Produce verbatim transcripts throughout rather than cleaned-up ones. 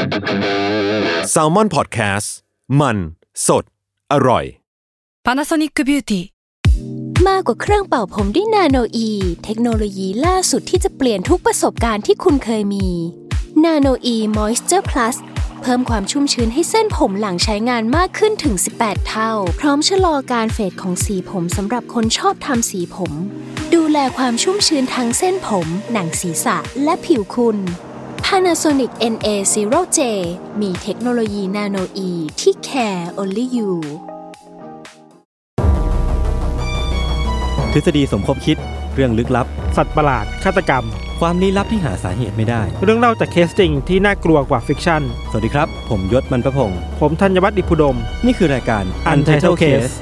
Salmon Podcast มันสดอร่อย Panasonic Beauty มากกว่าเครื่องเป่าผมด้วยนาโนอีเทคโนโลยีล่าสุดที่จะเปลี่ยนทุกประสบการณ์ที่คุณเคยมีนาโนอีมอยส์เจอร์พลัสเพิ่มความชุ่มชื้นให้เส้นผมหลังใช้งานมากขึ้นถึงสิบแปดเท่าพร้อมชะลอการเฟดของสีผมสำหรับคนชอบทำสีผมดูแลความชุ่มชื้นทั้งเส้นผมหนังศีรษะและผิวคุณ Panasonic เอ็น เอ ศูนย์ เจ มีเทคโนโลยีนาโนอีที่ care only you ทฤษฎีสมคบคิดเรื่องลึกลับสัตว์ประหลาดฆาตกรรมความลี้ลับที่หาสาเหตุไม่ได้เรื่องเล่าจากเคสจริงที่น่ากลัวกว่าฟิกชั่นสวัสดีครับผมยศมันประพงษ์ผมธัญวัฒน์อิพุดมนี่คือรายการ Untitled Case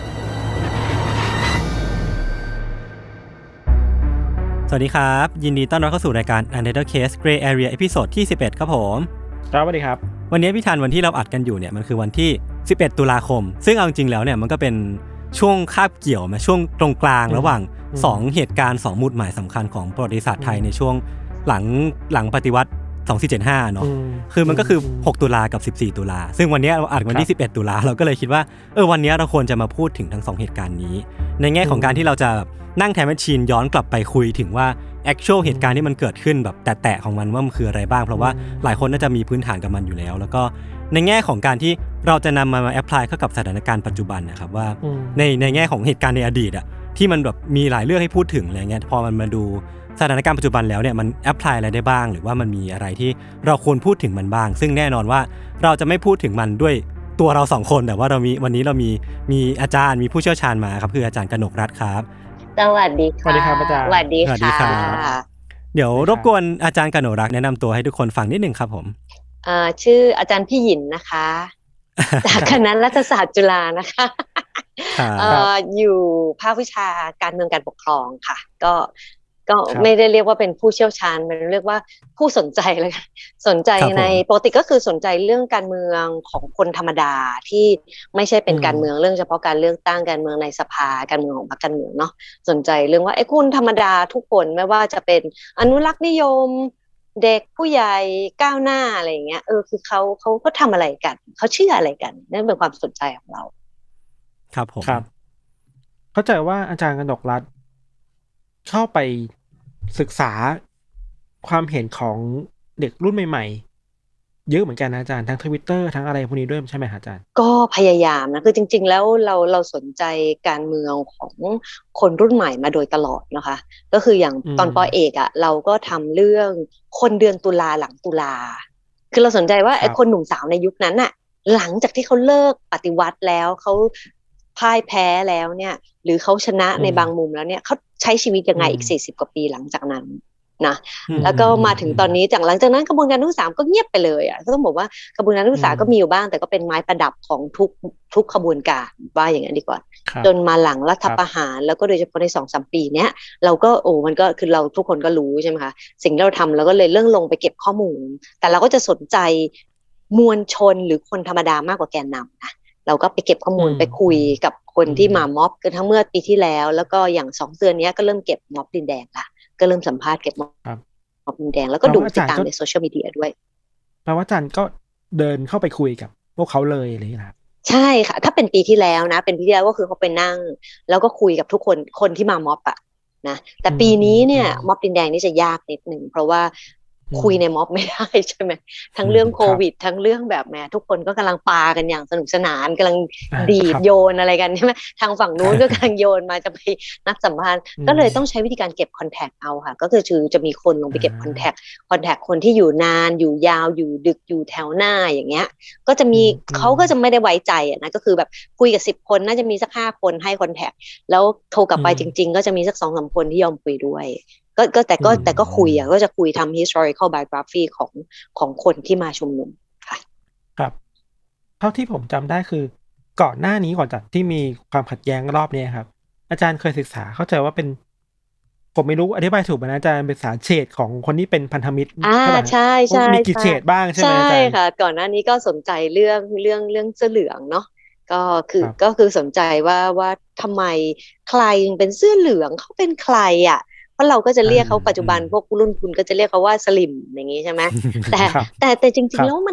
สวัสดีครับยินดีต้อนรับเข้าสู่รายการ Untitled Case Gray Area ตอนที่สิบเอ็ดครับผมครับสวัสดีครับวันนี้พี่ธันวันที่เราอัดกันอยู่เนี่ยมันคือวันที่สิบเอ็ดตุลาคมซึ่งเอาจริงๆแล้วเนี่ยมันก็เป็นช่วงคาบเกี่ยวมาช่วงตรงกลางระหว่างสองเหตุการณ์สองหมุดหมายสำคัญของประวัติศาสตร์ไทยในช่วงหลังหลังปฏิวัติสองพันสี่ร้อยเจ็ดสิบห้าเนาะคือมันก็คือหกตุลากับสิบสี่ตุลาซึ่งวันนี้เราอัดวันที่สิบเอ็ดตุลาเราก็เลยคิดว่าเออวันนี้เราควรจะมาพูดถึงทั้งสองเหตุการณ์นี้ในแง่ของการที่เราจะนั่งไทม์แมชชีนย้อนกลับไปคุยถึงว่า actual เหตุการณ์ที่มันเกิดขึ้นแบบแตะๆของมันว่ามันคืออะไรบ้างเพราะว่าหลายคนน่าจะมีพื้นฐานกับมันอยู่แล้วแล้วก็ในแง่ของการที่เราจะนำมาแอพพลายเข้ากับสถานการณ์ปัจจุบันนะครับว่าในในแง่ของเหตุการณ์ในอดีตอ่ะที่มันแบบมีหลายเรื่องให้พูดถึงอะไรเงี้ยพอมันมาดูสถานการณ์ปัจจุบันแล้วเนี่ยมันแอพพลายอะไรได้บ้างหรือว่ามันมีอะไรที่เราควรพูดถึงมันบ้างซึ่งแน่นอนว่าเราจะไม่พูดถึงมันด้วยตัวเราสองคนแต่ว่าเรามีวันนี้เรามีมีอาจารย์มีผู้เชี่ยวชาญมาครับคืออาจารย์กนกรัตน์ครับสวัสดีค่ะสวัสดีครับอาจารย์สวัสดีค่ะเดี๋ยวรบกวนอาจารย์กนกรัตน์แนะนำตัวให้ทุกคนฟังนิดนึงครับผมอ่าชื่ออาจารย์พี่หยินนะคะจากคณะรัฐศาสตร์จุฬานะคะเอ่ออยู่ภาควิชาการเมืองการปกครองค่ะก็ก็ไม่ได้เรียกว่าเป็นผู้เชี่ยวชาญมันเรียกว่าผู้สนใจเลยสนใจในปกติก็คือสนใจเรื่องการเมืองของคนธรรมดาที่ไม่ใช่เป็นการเมืองเรื่องเฉพาะการเลือกตั้งการเมืองในสภาการเมืองของพรรคการเมืองเนาะสนใจเรื่องว่าไอ้คนธรรมดาทุกคนไม่ว่าจะเป็นอนุรักษ์นิยมเด็กผู้ใหญ่ก้าวหน้าอะไรอย่างเงี้ยเออคือเขาเขาเขาทำอะไรกันเขาเชื่ออะไรกันนั่นเป็นความสนใจของเราครับผมครับเข้าใจว่าอาจารย์กนกรัตน์เข้าไปศึกษาความเห็นของเด็กรุ่นใหม่ๆเยอะเหมือนกันนะอาจารย์ทั้ง Twitter ทั้งอะไรพวกนี้ด้วยใช่ไหมอาจารย์ก็พยายามนะคือจริงๆแล้วเราเราสนใจการเมืองของคนรุ่นใหม่มาโดยตลอดนะคะก็คืออย่างตอนป.เอกอ่ะเราก็ทำเรื่องคนเดือนตุลาหลังตุลาคือเราสนใจว่าไอ้คนหนุ่มสาวในยุคนั้นน่ะหลังจากที่เขาเลิกปฏิวัติแล้วเขาพ่ายแพ้แล้วเนี่ยหรือเขาชนะในบางมุมแล้วเนี่ยเขาใช้ชีวิตยังไงอีกสี่สิบกว่าปีหลังจากนั้นนะแล้วก็มาถึงตอนนี้จากหลังจากนั้นกระบวนการนักศึกษาก็เงียบไปเลยอ่ะก็ต้องบอกว่ากระบวนการนักศึกษาก็มีอยู่บ้างแต่ก็เป็นไม้ประดับของทุกทุกขบวนการว่าอย่างนั้นดีกว่าจนมาหลังรัฐประหารแล้วก็โดยเฉพาะใน สองถึงสาม ปีเนี้ยเราก็โอ้มันก็คือเราทุกคนก็รู้ใช่ไหมคะสิ่งที่เราทำเราก็เลยเรื่องลงไปเก็บข้อมูลแต่เราก็จะสนใจมวลชนหรือคนธรรมดามากกว่าแกนนำนะเราก็ไปเก็บข้อมูลไปคุยกับคนที่มาม็อบกันทั้งเมื่อปีที่แล้วแล้วก็อย่างสองเดือนนี้ก็เริ่มเก็บม็อบดินแดงละก็เริ่มสัมภาษณ์เก็บม็อบดินแดงแล้วก็ดูติดตามในโซเชียลมีเดียด้วยแปลว่าอาจารย์ก็เดินเข้าไปคุยกับพวกเขาเลยอะไรอย่างเงี้ยครับใช่ค่ะถ้าเป็นปีที่แล้วนะเป็นปีที่แล้วก็คือเขาไปนั่งแล้วก็คุยกับทุกคนคนที่มาม็อบอะนะแต่ปีนี้เนี่ยม็อบดินแดงนี่จะยากนิดนึงเพราะว่าคุยในม็อบไม่ได้ใช่ไหมทั้งเรื่องโควิดทั้งเรื่องแบบแหมทุกคนก็กำลังปากันอย่างสนุกสนานกำลังดีดโยนอะไรกันใช่ไหมทางฝั่งนู้นก็กำลังโยนมาจะไปนัดสัมภาษณ์ก็เลยต้องใช้วิธีการเก็บคอนแทคเอาค่ะก็คือจะมีคนลงไปเก็บคอนแทคคอนแทคคนที่อยู่นานอยู่ยาวอยู่ดึกอยู่แถวหน้าอย่างเงี้ยก็จะมีเขาก็จะไม่ได้ไว้ใจอ่ะนะก็คือแบบคุยกับสิบคนน่าจะมีสักห้าคนให้คอนแทคแล้วโทรกลับไปจริงๆก็จะมีสัก สองถึงสาม คนที่ยอมคุยด้วยก็ก็แต่ก็แต่ก็คุยอ่ะก็จะคุยทำ historical biography ของของคนที่มาชุมนุมค่ะครับเท่าที่ผมจำได้คือก่อนหน้านี้ก่อนจากที่มีความขัดแย้งรอบนี้ครับอาจารย์เคยศึกษาเข้าใจว่าเป็นผมไม่รู้อธิบายถูกไหมนะอาจารย์เป็นสารเฉดของคนที่เป็นพันธมิตรอ่าใช่ใช่มีกี่เฉดบ้างใช่ไหมอาจารย์ใช่ค่ะก่อนหน้านี้ก็สนใจเรื่องเรื่องเรื่องเสื้อเหลืองเนาะก็คือก็คือสนใจว่าว่าทำไมใครเป็นเสื้อเหลืองเขาเป็นใครอ่ะเพราะเราก็จะเรียกเขาปัจจุบันพวกรุ่นคุณก็จะเรียกเขาว่าสลิมอย่างนี้ใช่ไหมแต่แต่แต่จริงๆแล้วมัน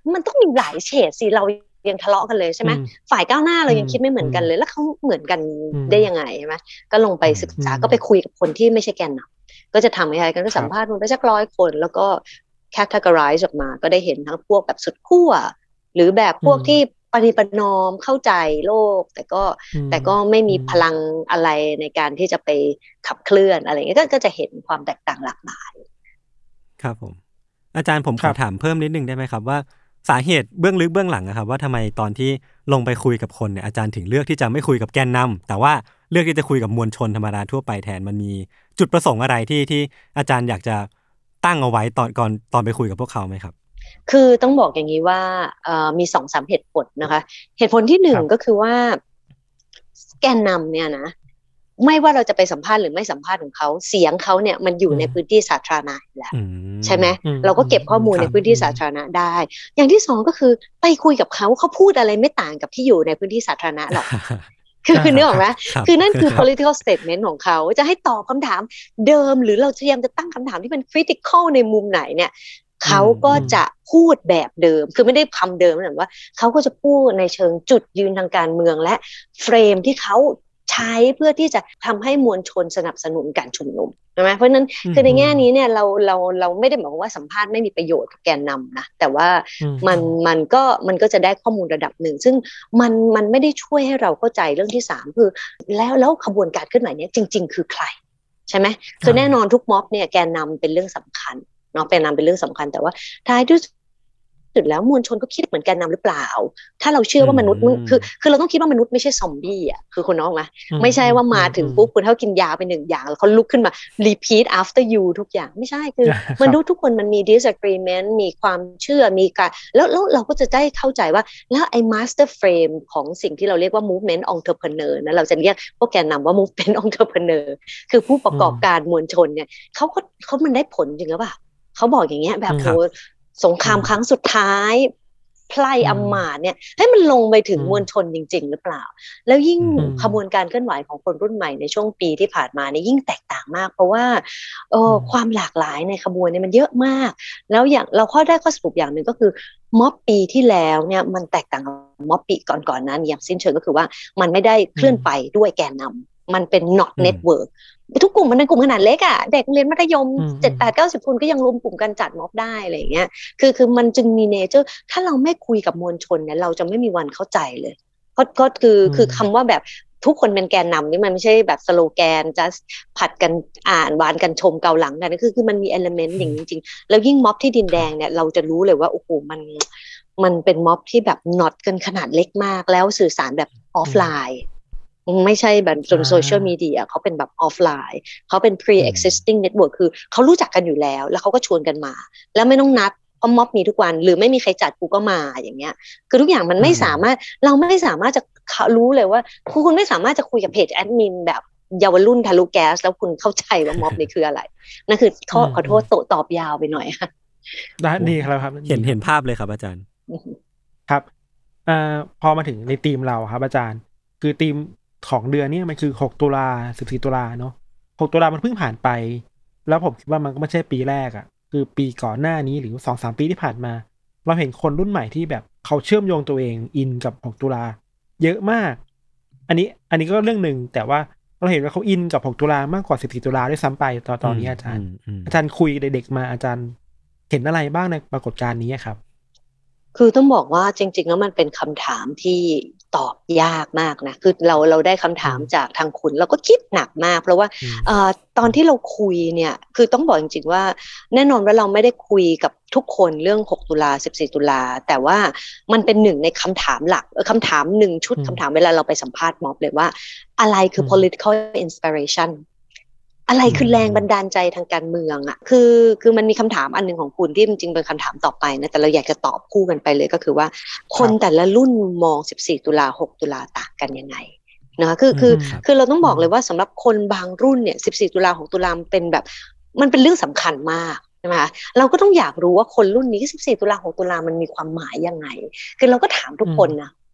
มันต้องมีหลายเฉดสิเรายังทะเลาะกันเลยใช่ไหมฝ่ายก้าวหน้าเรายังคิดไม่เหมือนกันเลยแล้วเขาเหมือนกันได้ยังไงใช่ไหมก็ลงไปศึกษาก็ไปคุยกับคนที่ไม่ใช่แกนนำก็จะทำอะไรกันก็สัมภาษณ์มันไปสักร้อยคนแล้วก็ categorize ออกมาก็ได้เห็นทั้งพวกแบบสุดขั้วหรือแบบพวกที่ปฏิปนอมเข้าใจโลกแต่ก็แต่ก็ไม่มีพลังอะไรในการที่จะไปขับเคลื่อนอะไรเงี้ยก็จะเห็นความแตกต่างหลากหลายครับผมอาจารย์ผมขอถามเพิ่มนิดนึงได้ไหมครับว่าสาเหตุเบื้องลึกเบื้องหลังอะครับว่าทำไมตอนที่ลงไปคุยกับคนเนี่ยอาจารย์ถึงเลือกที่จะไม่คุยกับแกนนำแต่ว่าเลือกที่จะคุยกับมวลชนธรรมดาทั่วไปแทนมันมีจุดประสงค์อะไรที่ที่อาจารย์อยากจะตั้งเอาไว้ตอนก่อนตอนไปคุยกับพวกเขาไหมครับคือต้องบอกอย่างนี้ว่าเอ่อมีสองสามเหตุผลนะคะเหตุผลที่หนึ่งก็คือว่าแกนนำเนี่ยนะไม่ว่าเราจะไปสัมภาษณ์หรือไม่สัมภาษณ์ของเขาเสียงเขาเนี่ยมันอยู่ในพื้นที่สาธารณะแล้วใช่ไหมเราก็เก็บข้อมูลในพื้นที่สาธารณะได้อย่างที่สองก็คือไปคุยกับเขาเขาพูดอะไรไม่ต่างกับที่อยู่ในพื้นที่สาธารณะหรอกคือคือนึกออกไหมคือนั่นคือ political statement ของเขาจะให้ตอบคำถามเดิมหรือเราพยายามจะตั้งคำถามที่เป็น critical ในมุมไหนเนี่ยเขาก็จะพูดแบบเดิมคือไม่ได้คำเดิมหรือว่าเขาก็จะพูดในเชิงจุดยืนทางการเมืองและเฟรมที่เขาใช้เพื่อที่จะทำให้มวลชนสนับสนุนการชุมนุมใช่ไหมเพราะนั้นคือในแง่นี้เนี่ยเราเราเราไม่ได้หมายความว่าสัมภาษณ์ไม่มีประโยชน์กับแกนนำนะแต่ว่ามันมันก็มันก็จะได้ข้อมูลระดับหนึ่งซึ่งมันมันไม่ได้ช่วยให้เราเข้าใจเรื่องที่สามคือแล้วแล้วขบวนการเคลื่อนไหวนี้จริงๆคือใครใช่ไหมคือแน่นอนทุกม็อบเนี่ยแกนนำเป็นเรื่องสำคัญเนาะแกนนำเป็นเรื่องสำคัญแต่ว่าท้ายที่สุดแล้วมวลชนก็คิดเหมือนแกนนำหรือเปล่าถ้าเราเชื่อว่ามนุษย์คือคือเราต้องคิดว่ามนุษย์ไม่ใช่ซอมบี้อ่ะคือคนน้องนะไม่ใช่ว่ามาถึงปุ๊บคุณเท่ากินยาไปหนึ่งอย่างแล้วเขาลุกขึ้นมา repeat after you ทุกอย่างไม่ใช่คือมนุษย์ทุกคนมันมี disagreement มีความเชื่อมีการแล้วแล้วเราก็จะได้เข้าใจว่าแล้วไอ้ master frame ของสิ่งที่เราเรียกว่า movement entrepreneur นะเราจะเรียกพวกแกนนำว่า movement entrepreneur คือผู้ประกอบการมวลชนเนี่ยเขาก็เขามันได้ผลจริงหรือเปล่าเขาบอกอย่างเงี้ยแบบโหสงครามครั้งสุดท้ายไพร่อำมาตย์เนี่ยให้มันลงไปถึงมวลชนจริงๆหรือเปล่าแล้วยิ่งขบวนการเคลื่อนไหวของคนรุ่นใหม่ในช่วงปีที่ผ่านมาเนี่ยยิ่งแตกต่างมากเพราะว่าเออความหลากหลายในขบวนเนี่ยมันเยอะมากแล้วอย่างเราข้อได้ข้อสรุปอย่างหนึ่งก็คือม็อบปีที่แล้วเนี่ยมันแตกต่างกับม็อบปีก่อนๆนั้นอย่างสิ้นเชิงก็คือว่ามันไม่ได้เคลื่อนไปด้วยแกนนำมันเป็น not network ทุกกลุ่มมันเป็นกลุ่มขนาดเล็กอ่ะเด็กเรียนมัธยมเจ็ด แปด เก้าสิบคนก็ยังรวมกลุ่มกันจัดม็อบได้อะไรอย่างเงี้ยคือคือมันจึงมีเนเจอร์ถ้าเราไม่คุยกับมวลชนเนี่ยเราจะไม่มีวันเข้าใจเลยก็ก็คือคือคำว่าแบบทุกคนเป็นแกนนำนี่มันไม่ใช่แบบสโลแกนจะผัดกันอ่านวานกันชมเกาหลังกันคือคือมันมีเอลิเมนต์อย่างจริงๆแล้วยิ่งม็อบที่ดินแดงเนี่ยเราจะรู้เลยว่าโอ้โหมันมันเป็นม็อบที่แบบน็อตกันขนาดเล็กมากแล้วสื่อสารแบบออฟไลน์ไม่ใช่แบบจนโซเชียลมีเดียเขาเป็นแบบออฟไลน์เขาเป็น pre existing network คือเขารู้จักกันอยู่แล้วแล้วเขาก็ชวนกันมาแล้วไม่ต้องนัดเพราะม็อบมีทุกวันหรือไม่มีใครจัดกูก็มาอย่างเงี้ยคือทุกอย่างมันไม่สามารถเราไม่สามารถจะรู้เลยว่าคุณไม่สามารถจะคุยกับเพจแอดมินแบบเยาวรุ่นทะลุแก๊สแล้วคุณเข้าใจว่าม็อบนี่คืออะไรนั่นคือข้อขอโทษโตตอบยาวไปหน่อยค่ะได้ดีครับครับเห็นเห็นภาพเลยครับอาจารย์ครับอ่าพอมาถึงในทีมเราครับอาจารย์คือทีมของเดือนนี้มันคือหกตุลาสิบสี่ตุลาเนาะหกตุลามันเพิ่งผ่านไปแล้วผมคิดว่ามันก็ไม่ใช่ปีแรกอ่ะคือปีก่อนหน้านี้หรือ สองสาม ปีที่ผ่านมาเราเห็นคนรุ่นใหม่ที่แบบเขาเชื่อมโยงตัวเองอินกับหกตุลาเยอะมากอันนี้อันนี้ก็เรื่องนึงแต่ว่าเราเห็นว่าเขาอินกับหกตุลามากกว่าสิบสี่ตุลาด้วยซ้ำไปตอนตอนนี้อาจารย์อาจารย์คุยกับเด็กๆมาอาจารย์เห็นอะไรบ้างในปรากฏการณ์นี้ครับคือต้องบอกว่าจริงๆแล้วมันเป็นคำถามที่ตอบยากมากนะคือเราเราได้คำถามจากทางคุณเราก็คิดหนักมากเพราะว่าเอ่อตอนที่เราคุยเนี่ยคือต้องบอกจริงๆว่าแน่นอนว่าเราไม่ได้คุยกับทุกคนเรื่องหกตุลาสิบสี่ตุลาแต่ว่ามันเป็นหนึ่งในคำถามหลักคำถามหนึ่งชุดคำถามเวลาเราไปสัมภาษณ์ม็อบเลยว่าอะไรคือ political inspirationอะไรคือแรงบันดาลใจทางการเมืองอ่ะคือคือมันมีคำถามอันนึงของคุณที่จริงๆเป็นคำถามต่อไปนะแต่เราอยากจะตอบคู่กันไปเลยก็คือว่าคนแต่ละรุ่นมองสิบสี่ตุลาหกตุลาต่างกันยังไงนะคะคือคือคือเราต้องบอกเลยว่าสำหรับคนบางรุ่นเนี่ยสิบสี่ตุลาหกตุลาเป็นแบบมันเป็นเรื่องสำคัญมากใช่ไหมคะเราก็ต้องอยากรู้ว่าคนรุ่นนี้สิบสี่ตุลาหกตุลามันมีความหมายยังไงคือเราก็ถามทุกคนนะ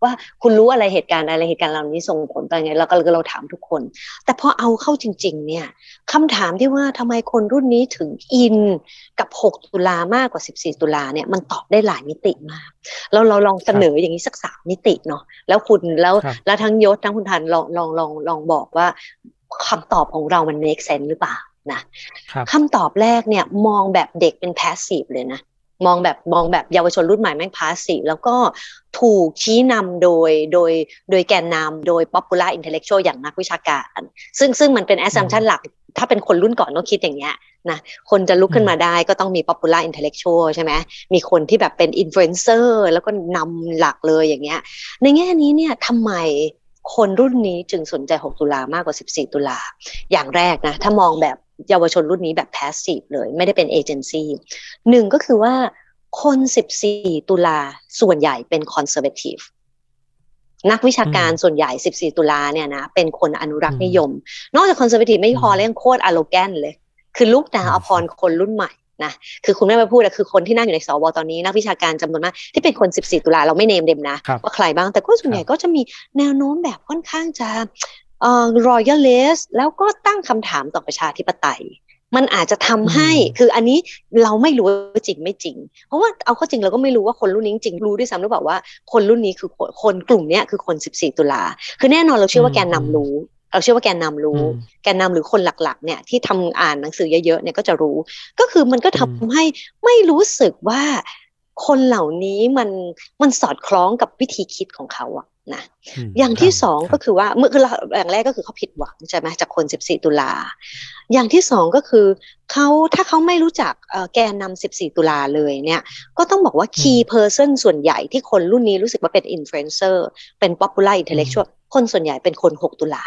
ว่าคุณรู้อะไรเหตุการณ์อะไรเหตุการณ์เหล่านี้ส่งผลไปไงเราก็เราถามทุกคนแต่พอเอาเข้าจริงๆเนี่ยคำถามที่ว่าทำไมคนรุ่นนี้ถึงอินกับหกตุลามากกว่าสิบสี่ตุลาเนี่ยมันตอบได้หลายมิติมากเราเราลองเสนออย่างนี้สักสามมิติเนาะแล้วคุณแล้วแล้วทั้งยศทั้งคุณทันลองลองลองลองบอกว่าคำตอบของเรามัน make sense หรือเปล่านะคำตอบแรกเนี่ยมองแบบเด็กเป็น passive เลยนะมองแบบมองแบบเยาวชนรุ่นใหม่แม่ง passive แล้วก็ถูกชี้นำโดยโดยโดยแกนนำโดย popular intellectual อย่างนักวิชาการซึ่งซึ่งมันเป็น assumption หลักถ้าเป็นคนรุ่นก่อนต้องคิดอย่างเงี้ยนะคนจะลุกขึ้นมาได้ก็ต้องมี popular intellectual ใช่ไหมมีคนที่แบบเป็น influencer แล้วก็นำหลักเลยอย่างเงี้ยในแง่นี้เนี่ยทำไมคนรุ่นนี้จึงสนใจหกตุลามากกว่าสิบสี่ตุลาอย่างแรกนะถ้ามองแบบเยาวชนรุ่นนี้แบบ passive เลยไม่ได้เป็นเอเจนซี่หนึ่งก็คือว่าคนสิบสี่ตุลาส่วนใหญ่เป็น conservative นักวิชาการส่วนใหญ่สิบสี่ตุลาเนี่ยนะเป็นคนอนุรักษ์นิยมนอกจาก conservative ไม่พอแล้วยังโคตร arrogant เลยคือลูกดาวอภรณ์คนรุ่นใหม่นะคือคุณแม่มาพูดอะคือคนที่นั่งอยู่ในสวตอนนี้นักวิชาการจำนวนมากที่เป็นคนสิบสี่ตุลาเราไม่เนมเดมนะว่าใครบ้างแต่ก็ส่วนใหญ่ก็จะมีแนวโน้มแบบค่อนข้างจะเอ่อ royalist แล้วก็ตั้งคำถามต่อประชาธิปไตยมันอาจจะทำให้คืออันนี้เราไม่รู้ว่าจริงไม่จริงเพราะว่าเอาเข้าจริงเราก็ไม่รู้ว่าคนรุ่นนี้จริงรู้ด้วยซ้ำหรือเปล่าว่าคนรุ่นนี้คือคนกลุ่มนี้คือคนสิบสี่ตุลาคือแน่นอนเราเชื่อว่าแกนนำรู้เราเชื่อว่าแกนนำรู้แกนนำหรือคนหลักๆเนี่ยที่ทำอ่านหนังสือเยอะๆเนี่ยก็จะรู้ก็คือมันก็ทำให้ไม่รู้สึกว่าคนเหล่านี้มันมันสอดคล้องกับวิธีคิดของเขาอะนะอย่างที่สองก็คือว่าเมื่อคืออย่างแรกก็คือเขาผิดหวังใช่ไหมจากคนสิบสี่ตุลาอย่างที่สองก็คือเขาถ้าเขาไม่รู้จักแกนนำสิบสี่ตุลาเลยเนี่ยก็ต้องบอกว่า key person ส่วนใหญ่ที่คนรุ่นนี้รู้สึกว่าเป็น influencer เป็น popular intellectual คนส่วนใหญ่เป็นคนหกตุลา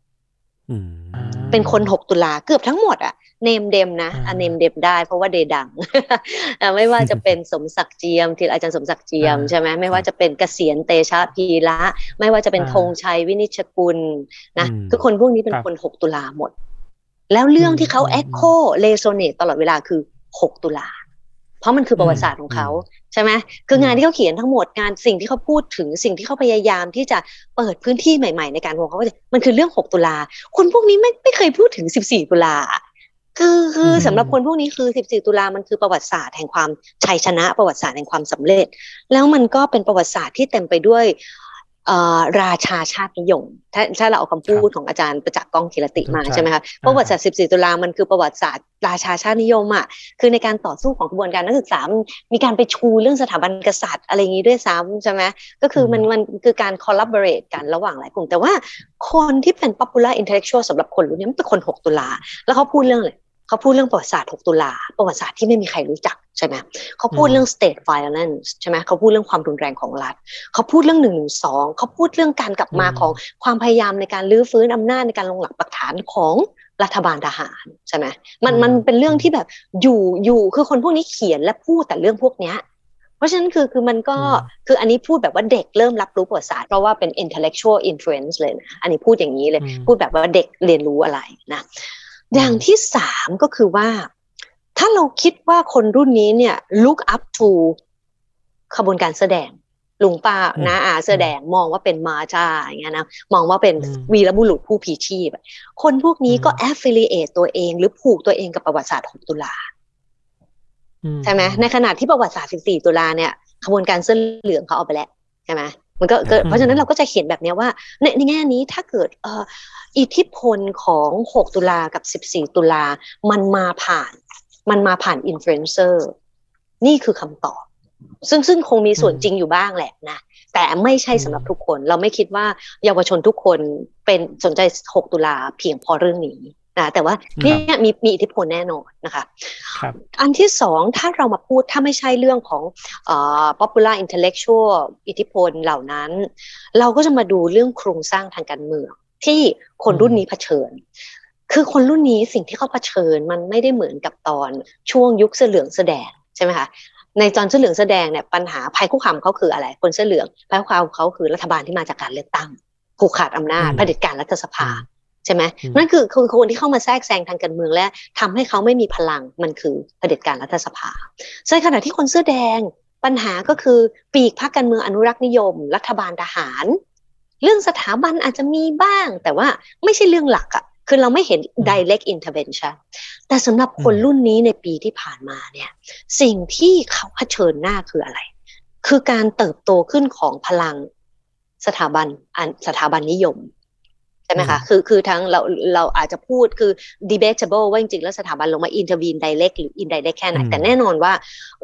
เป็นคนหกตุลาเกือบทั้งหมดอะเนมเดมนะอ่ะเนมเดมได้เพราะว่าเดดัง ไม่ว่าจะเป็นสมศักดิ์เจียมที่อาจารย์สมศักดิ์เจียมใช่ไหมไม่ว่าจะเป็นเกษียณเตชะพีระไม่ว่าจะเป็นธงชัยวินิจฉัยกุลนะคือคนพวกนี้เป็นคนหกตุลาหมดแล้วเรื่องที่เขา echo resonate ตลอดเวลาคือหกตุลาเพราะมันคือประวัติศาสตร์ของเขาใช่ไหมคืองานที่เขาเขียนทั้งหมดงานสิ่งที่เขาพูดถึงสิ่งที่เขาพยายามที่จะเปิดพื้นที่ใหม่ๆในการวงเขามันคือเรื่องหกตุลาคนพวกนี้ไม่ไม่เคยพูดถึงสิบสี่ตุลาคือคือสำหรับคนพวกนี้คือสิบสี่ตุลามันคือประวัติศาสตร์แห่งความชัยชนะประวัติศาสตร์แห่งความสำเร็จแล้วมันก็เป็นประวัติศาสตร์ที่เต็มไปด้วยราชาชาตินิยมถ้าถ้าเราเอาคำพูดของอาจารย์ประจักษ์ก้องกีรติมาใช่ไหมคะประวัติศาสตร์สิบสี่ตุลามันคือประวัติศาสตร์ราชาชาตินิยมอ่ะคือในการต่อสู้ของกระบวนการนักศึกษามีการไปชูเรื่องสถาบันกษัตริย์อะไรอย่างนี้ด้วยซ้ำใช่ไหมก็คือมันมันคือการ collaborate กันระหว่างหลายกลุ่มแต่ว่าคนที่เป็น popular intellectual สำหรับคนรุ่นนี้มันเป็นคนหกตุลาแล้วเขาพูดเรื่องอะไรเขาพูดเรื่องประวัติศาสตร์หกตุลาประวัติศาสตร์ที่ไม่มีใครรู้จักใช่ไหมเขาพูดเรื่อง state violence ใช่ไหมเขาพูดเรื่องความรุนแรงของรัฐเขาพูดเรื่องหนึ่งหนึ่งสองเขาพูดเรื่องการกลับมาของความพยายามในการลื้อฟื้นอำนาจในการลงหลักปักฐานของรัฐบาลทหารใช่ไหมมันมันเป็นเรื่องที่แบบอยู่อยู่คือคนพวกนี้เขียนและพูดแต่เรื่องพวกเนี้ยเพราะฉะนั้นคือคือมันก็คืออันนี้พูดแบบว่าเด็กเริ่มรับรู้ประวัติศาสตร์เพราะว่าเป็น intellectual influence เลยนะอันนี้พูดอย่างนี้เลยพูดแบบว่าเด็กเรียนรู้อะไรนะอย่างที่สามก็คือว่าถ้าเราคิดว่าคนรุ่นนี้เนี่ย look up to ขบวนการแสดงลุงป้าน้าอาแสดงมองว่าเป็นมาจ้าอย่างเงี้ยนะมองว่าเป็นวีรบุรุษผู้พีชีพคนพวกนี้ก็ affiliate ตัวเองหรือผูกตัวเองกับประวัติศาสตร์หกตุลาใช่ไหมในขณะที่ประวัติศาสตร์สิบสี่ตุลาเนี่ยขบวนการเสื้อเหลืองเขาเอาไปแล้วใช่ไหมมันก็เพราะฉะนั้นเราก็จะเห็นแบบนี้ว่าในในแง่นี้ถ้าเกิดเอ่ออิทธิพลของหกตุลากับสิบสี่ตุลามันมาผ่านมันมาผ่านอินฟลูเอนเซอร์นี่คือคำตอบซึ่งซึ่งคงมีส่วนจริงอยู่บ้างแหละนะแต่ไม่ใช่สำหรับทุกคนเราไม่คิดว่าเยาวชนทุกคนเป็นสนใจหกตุลาเพียงพอเรื่องนี้นะแต่ว่านี่มีมีอิทธิพลแน่นอนนะคะอันที่สองถ้าเรามาพูดถ้าไม่ใช่เรื่องของเอ่อ popular intellectual อิทธิพลเหล่านั้นเราก็จะมาดูเรื่องโครงสร้างทางการเมืองที่คนรุ่นนี้เผชิญคือคนรุ่นนี้สิ่งที่เขาเผชิญมันไม่ได้เหมือนกับตอนช่วงยุคเสื้อเหลืองเสื้อแดงใช่ไหมคะในตอนเสื้อเหลืองเสื้อแดงเนี่ยปัญหาภัยคุกคามเขาคืออะไรคนเสื้อเหลืองภัยคุกคามเขาคือรัฐบาลที่มาจากการเลือกตั้งผูกขาดอำนาจเผด็จการรัฐสภาใช่ไหมนั่นคือคนที่เข้ามาแทรกแซงทางการเมืองและทำให้เขาไม่มีพลังมันคือเผด็จการรัฐสภาในขณะที่คนเสื้อแดงปัญหาก็คือปีกพรรคการเมืองอนุรักษ์นิยมรัฐบาลทหารเรื่องสถาบันอาจจะมีบ้างแต่ว่าไม่ใช่เรื่องหลักอ่ะคือเราไม่เห็น direct intervention แต่สำหรับคนรุ่นนี้ในปีที่ผ่านมาเนี่ยสิ่งที่เขาเผชิญหน้าคืออะไรคือการเติบโตขึ้นของพลังสถาบันสถาบันนิยมใช่ไหมคะคือคือทั้งเราเราอาจจะพูดคือ debatable ว่าจริงๆแล้วสถาบันลงมา intervene direct หรือ indirect แค่ไหนแต่แน่นอนว่า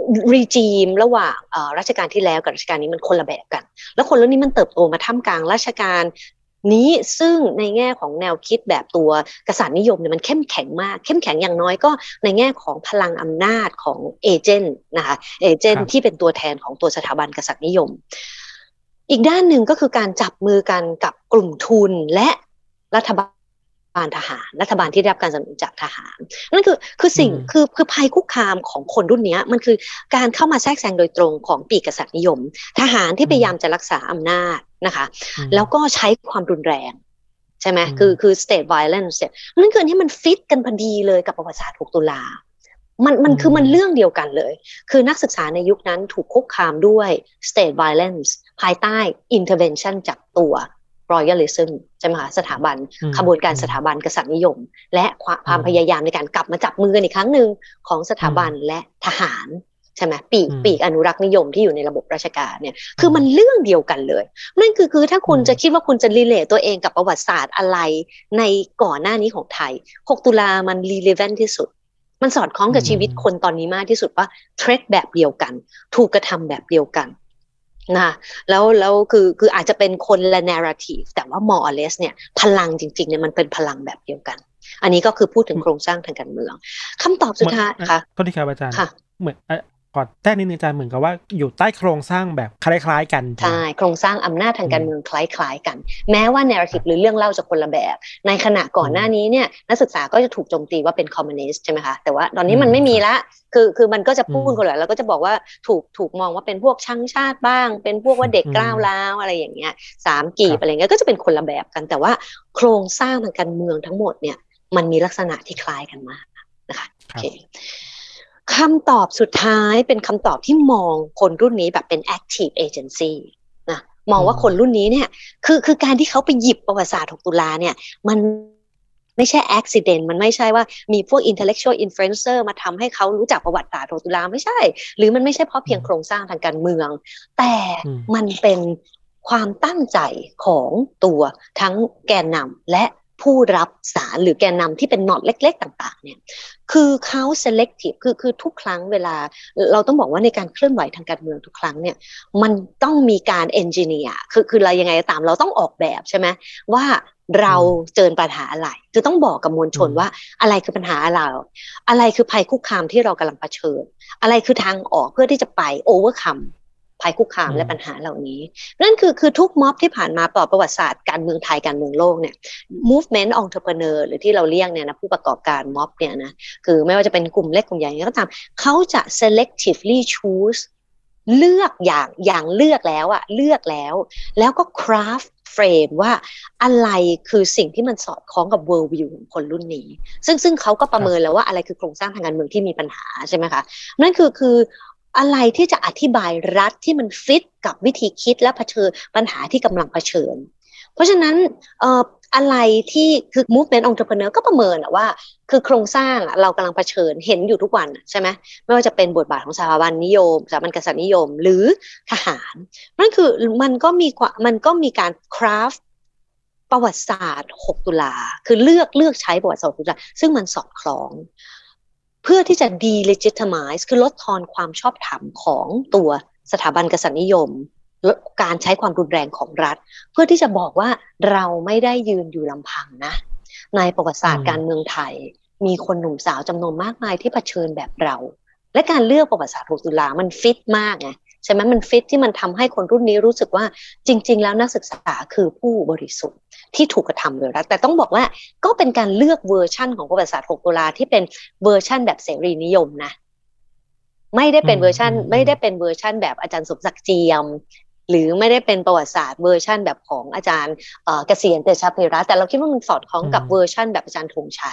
regime ระหว่างรัชกาลที่แล้วกับรัชกาลนี้มันคนละแบบกันแล้วคนรุ่นนี้มันเติบโตมาท่ามกลางรัชกาลนี้ซึ่งในแง่ของแนวคิดแบบตัวกษัตริย์นิยมเนี่ยมันเข้มแข็งมากเข้มแข็งอย่างน้อยก็ในแง่ของพลังอำนาจของเอเจนต์นะคะเอเจนต์ที่เป็นตัวแทนของตัวสถาบันกษัตริย์นิยมอีกด้านหนึ่งก็คือการจับมือกันกับกลุ่มทุนและรัฐบาลทหารรัฐบาลที่ได้รับการสนับสนุนจากทหารนั่นคือคือสิ่งคือคือภัยคุกคามของคนรุ่นนี้มันคือการเข้ามาแทรกแซงโดยตรงของปีกกษัตริย์นิยมทหารที่พยายามจะรักษาอำนาจนะคะแล้วก็ใช้ความรุนแรงใช่ไหมคือคือ state violence นั่นคืออันนี้มันฟิตกันพอดีเลยกับประวัติศาสตร์หกตุลามันมันคือมันเรื่องเดียวกันเลยคือนักศึกษาในยุคนั้นถูกคุกคามด้วย state violence ภายใต้ intervention จากตัว royalism ใช่ไหมคะสถาบันขบวนการสถาบันกษัตริย์นิยมและความพยายามในการกลับมาจับมือกันอีกครั้งหนึ่งของสถาบันและทหารใช่ไหมปีกปีกอนุรักษ์นิยมที่อยู่ในระบบราชการเนี่ยคือมันเรื่องเดียวกันเลยนั่นคือคือถ้าคุณจะคิดว่าคุณจะรีเลทตัวเองกับประวัติศาสตร์อะไรในก่อนหน้านี้ของไทยหกตุลามัน relevant ที่สุดมันสอดคล้องกับชีวิตคนตอนนี้มากที่สุดว่าเทรดแบบเดียวกันถูกกระทำแบบเดียวกันนะแล้วแล้วคือคืออาจจะเป็นคนละ narrative แต่ว่า more or less เนี่ยพลังจริงๆเนี่ยมันเป็นพลังแบบเดียวกันอันนี้ก็คือพูดถึงโครงสร้างทางการเมืองคำตอบสุดท้ายค่ะโทษทีครับอาจารย์เหมือนก่อนแท้นิดนึงอาจารย์เหมือนกับว่าอยู่ใต้โครงสร้างแบบคล้ายๆกันใช่โครงสร้างอำนาจทางการเมืองคล้ายๆกันแม้ว่า narrative หรือเรื่องเล่าจะคนละแบบในขณะก่อนหน้านี้เนี่ยนักศึกษาก็จะถูกโจมตีว่าเป็นคอมมิวนิสต์ใช่ไหมคะแต่ว่าตอนนี้มันไม่มีละคือคือมันก็จะพูดกันแหละแล้วก็จะบอกว่าถูกถูกมองว่าเป็นพวกชังชาติบ้างเป็นพวกว่าเด็กกล้าวร้าวอะไรอย่างเงี้ยสามกีบอะไรเงี้ยก็จะเป็นคนละแบบกันแต่ว่าโครงสร้างทางการเมืองทั้งหมดเนี่ยมันมีลักษณะที่คล้ายกันมากนะคะโอเคคำตอบสุดท้ายเป็นคำตอบที่มองคนรุ่นนี้แบบเป็น active agency นะมองว่าคนรุ่นนี้เนี่ยคือคือการที่เขาไปหยิบประวัติศาสตร์หกตุลาเนี่ยมันไม่ใช่ accident มันไม่ใช่ว่ามีพวก intellectual influencer มาทำให้เขารู้จักประวัติศาสตร์หกตุลาไม่ใช่หรือมันไม่ใช่เพราะเพียงโครงสร้างทางการเมืองแต่มันเป็นความตั้งใจของตัวทั้งแกนนำและผู้รับสารหรือแกนนำที่เป็นน็อตเล็กๆต่างๆเนี่ยคือเขา selective คือคือทุกครั้งเวลาเราต้องบอกว่าในการเคลื่อนไหวทางการเมืองทุกครั้งเนี่ยมันต้องมีการ engineer คือคืออะไรยังไงก็ตามเราต้องออกแบบใช่ไหมว่าเราเจอปัญหาอะไรคือต้องบอกกับมวลชนว่าอะไรคือปัญหาเราอะไรคือภัยคุกคามที่เรากำลังเผชิญอะไรคือทางออกเพื่อที่จะไป overcomeภัยคุกคามและปัญหาเหล่านี้นั่นคือคือทุกม็อบที่ผ่านมาต่อประวัติศาสตร์การเมืองไทยการเมืองโลกเนี่ย movement entrepreneur หรือที่เราเรียกเนี่ยนะผู้ประกอบการม็อบเนี่ยนะคือไม่ว่าจะเป็นกลุ่มเล็กกลุ่มใหญ่ก็ตามเขาจะ selectively choose เลือกอย่างอย่างเลือกแล้วอะเลือกแล้วแล้วก็ craft frame ว่าอะไรคือสิ่งที่มันสอดคล้องกับ world view ของคนรุ่นนี้ซึ่งซึ่งเขาก็ประเมินแล้วว่าอะไรคือโครงสร้างทางการเมืองที่มีปัญหาใช่ไหมคะนั่นคือคืออะไรที่จะอธิบายรัฐที่มันฟิตกับวิธีคิดและเผชิญปัญหาที่กำลังเผชิญเพราะฉะนั้นเอ่ออะไรที่คือ movement entrepreneur ก็ประเมินว่าคือโครงสร้างเรากำลังเผชิญเห็นอยู่ทุกวันใช่ไหมไม่ว่าจะเป็นบทบาทของสถาบันนิยมสถาบันกษัตริย์นิยมหรือทหารนั่นคือมันก็มีมันก็มีการ craft ประวัติศาสตร์หกตุลาคือเลือกเลือกใช้ประวัติศาสตร์หกตุลาซึ่งมันสอดคล้องเพื่อที่จะ delegitimize คือลดทอนความชอบธรรมของตัวสถาบันกษัตริย์นิยมและการใช้ความรุนแรงของรัฐเพื่อที่จะบอกว่าเราไม่ได้ยืนอยู่ลำพังนะในประวัติศาสตร์การเมืองไทยมีคนหนุ่มสาวจำนวนมากมายที่เผชิญแบบเราและการเลือกประวัติศาสตร์หกตุลามันฟิตมากไงใช่ไหมมันฟิตที่มันทำให้คนรุ่นนี้รู้สึกว่าจริงๆแล้วนักศึกษาคือผู้บริสุทธิ์ที่ถูกกระทำโดยรัฐแต่ต้องบอกว่าก็เป็นการเลือกเวอร์ชั่นของประวัติศาสตร์หกตุลาที่เป็นเวอร์ชั่นแบบเสรีนิยมนะไม่ได้เป็นเวอร์ชั่นไม่ได้เป็นเวอร์ชั่นแบบอาจารย์สมศักดิ์เจียมหรือไม่ได้เป็นประวัติศาสตร์เวอร์ชั่นแบบของอาจารย์เกษียณเตชะเพระแต่เราคิดว่ามันสอดคล้องกับเวอร์ชั่นแบบอาจารย์ธงชัย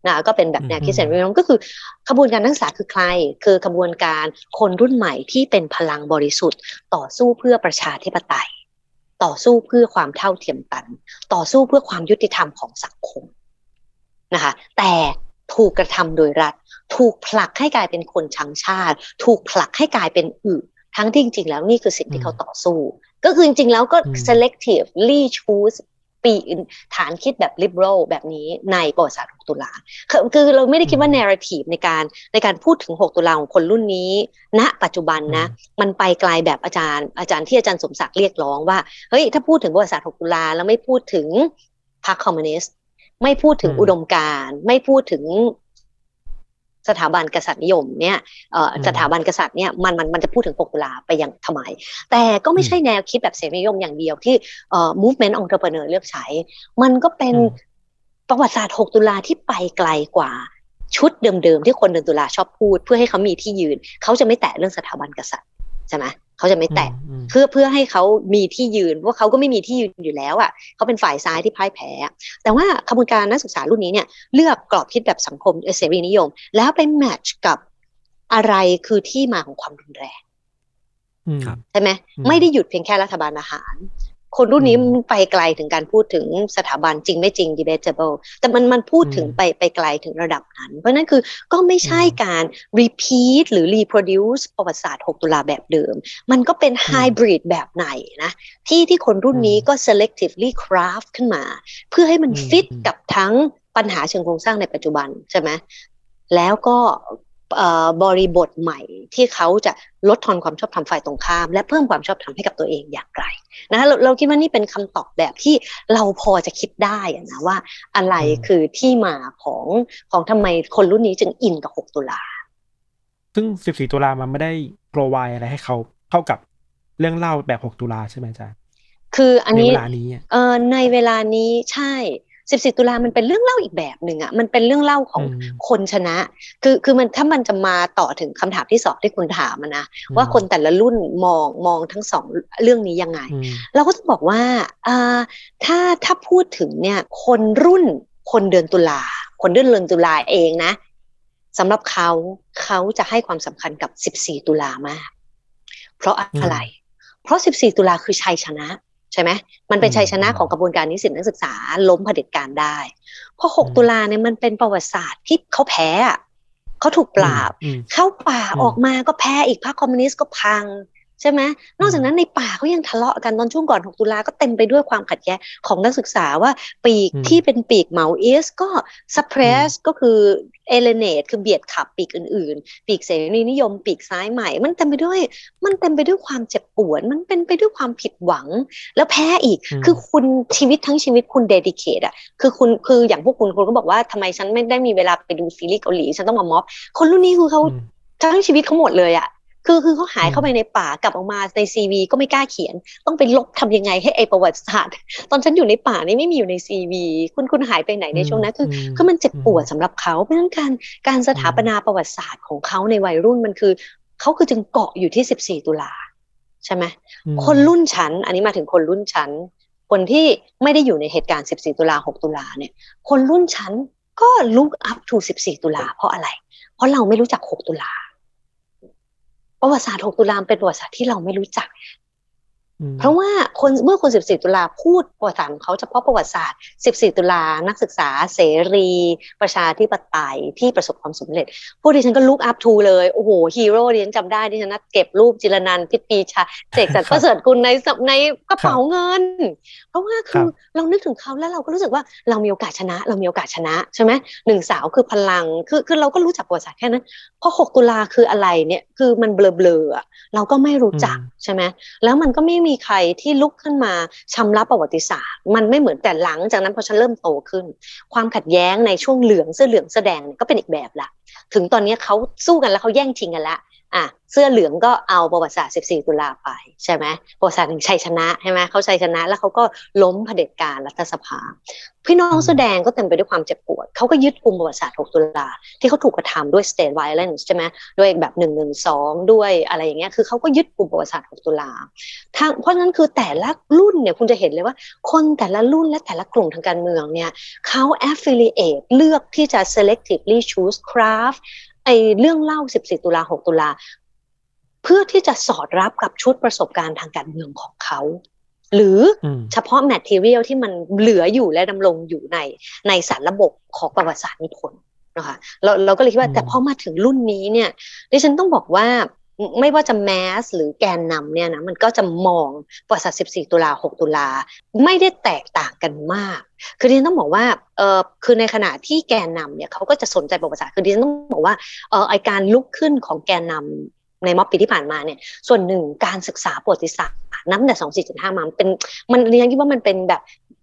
นะก็เป็นแบบแนวคิดเสรีนิยมก็คือขบวนการนักศึกษาคือใครคือขบวนการคนรุ่นใหม่ที่เป็นพลังบริสุทธิ์ต่อสู้เพื่อประชาธิปไตยต่อสู้เพื่อความเท่าเทียมกันต่อสู้เพื่อความยุติธรรมของสังคมนะคะแต่ถูกกระทำโดยรัฐถูกผลักให้กลายเป็นคนชังชาติถูกผลักให้กลายเป็นอึทั้งที่จริงๆแล้วนี่คือสิ่งที่เขาต่อสู้ก็คือจริงๆแล้วก็ selectively choose ปีฐานคิดแบบ liberal แบบนี้ในประวัติศาสตร์หกตุลาคือเราไม่ได้คิดว่า narrative ในการในการพูดถึงหกตุลาของคนรุ่นนี้ณปัจจุบันนะมันไปไกลแบบอาจารย์อาจารย์ที่อาจารย์สมศักดิ์เรียกร้องว่าเฮ้ยถ้าพูดถึงประวัติศาสตร์หกตุลาแล้วไม่พูดถึงพรรคคอมมิวนิสต์ไม่พูดถึงอุดมการณ์ไม่พูดถึงสถาบันกษัตริย์นิยมเนี่ยสถาบันกษัตริย์เนี่ยมันมันมันจะพูดถึงหกตุลาไปยังทำไมแต่ก็ไม่ใช่แนวคิดแบบเสรีนิยมอย่างเดียวที่เอ่อ movement entrepreneur เลือกใช้มันก็เป็นประวัติศาสตร์หกตุลาที่ไปไกลกว่าชุดเดิมๆที่คนเดินตุลาชอบพูดเพื่อให้เขามีที่ยืนเขาจะไม่แตะเรื่องสถาบันกษัตริย์ใช่ไหมเขาจะไม่แตะเพื่อเพื่อให้เขามีที่ยืนว่าเขาก็ไม่มีที่ยืนอยู่แล้วอ่ะเขาเป็นฝ่ายซ้ายที่พ่ายแพ้แต่ว่าขบวนการนักศึกษารุ่นนี้เนี่ยเลือกกรอบคิดแบบสังคมเสรีนิยมแล้วไปแมทช์กับอะไรคือที่มาของความรุนแรงใช่ไหมไม่ได้หยุดเพียงแค่รัฐบาลอาหารคนรุ่นนี้ไปไกลถึงการพูดถึงสถาบันจริงไม่จริง debatable แต่มันมันพูดถึงไปไปไกลถึงระดับนั้นเพราะนั้นคือก็ไม่ใช่การ repeat หรือ reproduce ประวัติศาสตร์หกตุลาแบบเดิมมันก็เป็น hybrid แบบไหนนะที่ที่คนรุ่นนี้ก็ selectively craft ขึ้นมาเพื่อให้มัน fit กับทั้งปัญหาเชิงโครงสร้างในปัจจุบันใช่ไหมแล้วก็บริบทใหม่ที่เขาจะลดทอนความชอบธรรมฝ่ายตรงข้ามและเพิ่มความชอบธรรมให้กับตัวเองอย่างไรนะคะเราเราคิดว่านี่เป็นคำตอบแบบที่เราพอจะคิดได้นะว่าอะไรคือที่มาของของทำไมคนรุ่นนี้จึงอินกับหกตุลาซึ่งสิบสี่ตุลามันไม่ได้โปรไวอะไรให้เขาเข้ากับเรื่องเล่าแบบหกตุลาใช่ไหมอาจารย์คืออันนี้ในเวลานี้เอ่อในเวลานี้ใช่สิบสี่ตุลามันเป็นเรื่องเล่าอีกแบบหนึ่งอ่ะมันเป็นเรื่องเล่าของคนชนะคือคือมันถ้ามันจะมาต่อถึงคำถามที่สองที่คุณถามนะว่าคนแต่ละรุ่นมองมองทั้งสองเรื่องนี้ยังไงเราก็จะบอกว่าอ่าถ้าถ้าพูดถึงเนี่ยคนรุ่นคนเดือนตุลาคนเดือนเดือนตุลาเองนะสำหรับเขาเขาจะให้ความสำคัญกับสิบสี่ตุลามากเพราะอะไรเพราะสิบสี่ตุลาคือชัยชนะใช่ไหมมันเป็นชัยชนะของกระบวนการนิสิตนักศึกษาล้มเผด็จการได้เพราะหกตุลาเนี่ยมันเป็นประวัติศาสตร์ที่เขาแพ้เขาถูกปราบเข้าป่าออกมาก็แพ้อีกพรรคคอมมิวนิสต์ก็พังใช่ไหมนอกจากนั้นในป่าเขายังทะเลาะกันตอนช่วงก่อนหกตุลาก็เต็มไปด้วยความขัดแย้งของนักศึกษาว่าปีกที่เป็นปีกเหมาอิสก็ซัพเพรสก็คือเอเลเนตคือเบียดขับปีกอื่นๆปีกเสรีนิยมปีกซ้ายใหม่มันเต็มไปด้วยมันเต็มไปด้วยความเจ็บปวดมันเป็นไปด้วยความผิดหวังแล้วแพ้อีกคือคุณชีวิตทั้งชีวิตคุณเดดิเคทอ่ะคือคุณคืออย่างพวกคุณคุณก็บอกว่าทำไมฉันไม่ได้มีเวลาไปดูซีรีส์เกาหลีฉันต้องมาม็อบคนรุ่นนี้คือเขาทั้งชีวิตเขาหมดเลยอ่ะคือคือเขาหายเข้าไปในป่ากลับออกมาในซีวีก็ไม่กล้าเขียนต้องไปลบทำยังไงให้ไอประวัติศาสตร์ตอนฉันอยู่ในป่านี่ไม่มีอยู่ในซีวีคุณคุณหายไปไหนในช่วงนั้นคือคือมันเจ็บปวดสำหรับเขาเพราะฉะนั้นการการสถาปนาประวัติศาสตร์ของเขาในวัยรุ่นมันคือเขาคือจึงเกาะอยู่ที่สิบสี่ตุลาใช่ไหมคนรุ่นฉันอันนี้มาถึงคนรุ่นฉันคนที่ไม่ได้อยู่ในเหตุการณ์สิบสี่ตุลาหกตุลาเนี่ยคนรุ่นฉันก็ look up to สิบสี่ตุลาเพราะอะไรเพราะเราไม่รู้จักหกตุลาประวัติศาสตร์หกตุลาเป็นประวัติศาสตร์ที่เราไม่รู้จักเพราะว่าคนเมื่อคนสิบสี่ตุลาพูดประวัติศาสตร์ของเขาเฉพาะประวัติศาสตร์สิบสี่ตุลานักศึกษาเสรีประชาธิปไตยที่ประสบความสำเร็จพวกดิฉันก็ลุกอัพทูเลยโอ้โหฮีโร่ดิฉันจำได้ดิฉันนัดเก็บรูปจิรนันท์พิปีชาเสกสรรประเสริฐกุลในในกระเป๋าเงินเพราะว่าคือเรานึกถึงเขาแล้วเราก็รู้สึกว่าเรามีโอกาสชนะเรามีโอกาสชนะใช่ไหมหนึ่งสาวคือพลังคือคือเราก็รู้จักประวัติศาสตร์แค่นั้นพอหกตุลาคืออะไรเนี่ยคือมันเบลอๆเราก็ไม่รู้จักใช่ไหมแล้วมันก็ไม่มีใครที่ลุกขึ้นมาชำระประวัติศาสตร์มันไม่เหมือนแต่หลังจากนั้นพอฉันเริ่มโตขึ้นความขัดแย้งในช่วงเหลืองเสื้อเหลืองเสื้อแดงก็เป็นอีกแบบละถึงตอนนี้เขาสู้กันแล้วเขาแย่งชิงกันละอ่ะเสื้อเหลืองก็เอาประวัติศาสตร์สิบสี่ตุลาไปใช่ไหมประวัติศาสตร์ถึงชัยชนะใช่ไหมเขาชัยชนะแล้วเขาก็ล้มเผด็จการรัฐสภาพี่น้องเสื้อแดงก็เต็มไปด้วยความเจ็บปวดเขาก็ยึดกุมประวัติศาสตร์หกตุลาที่เขาถูกกระทำด้วย state violence ใช่ไหมด้วยแบบหนึ่งหนึ่งสองด้วยอะไรอย่างเงี้ยคือเขาก็ยึดกุมประวัติศาสตร์หกตุลาทางเพราะฉะนั้นคือแต่ละรุ่นเนี่ยคุณจะเห็นเลยว่าคนแต่ละรุ่นและแต่ละกลุ่มทางการเมืองเนี่ยเขา affiliate เลือกที่จะ selectively choose craft ไอ้เรื่องเล่าสิบสี่ตุลาหกตุลาเพื่อที่จะสอดรับกับชุดประสบการณ์ทางการเมืองของเขาหรือเฉพาะ material ที่มันเหลืออยู่และดำรงอยู่ในในสารระบบของประวัติศาสตร์นิพนธ์นะคะเราเราก็เลยคิดว่าแต่พอมาถึงรุ่นนี้เนี่ยดิฉันต้องบอกว่าไม่ว่าจะแมสหรือแกนนำเนี่ยนะมันก็จะมองประวัติศาสตร์สิบสี่ตุลาหกตุลาไม่ได้แตกต่างกันมากคือดิฉันต้องบอกว่าเออคือในขณะที่แกนนำเนี่ยเขาก็จะสนใจประวัติศาสตร์คือดิฉันต้องบอกว่าเออไอการลุกขึ้นของแกนนำในม็อบปีที่ผ่านมาเนี่ยส่วนหนึ่งการศึกษาประวัติศาสตร์นับตั้งแต่สองพันสี่ร้อยเจ็ดสิบห้ามาเป็นมันดิฉันคิดว่ามันเป็นแบบ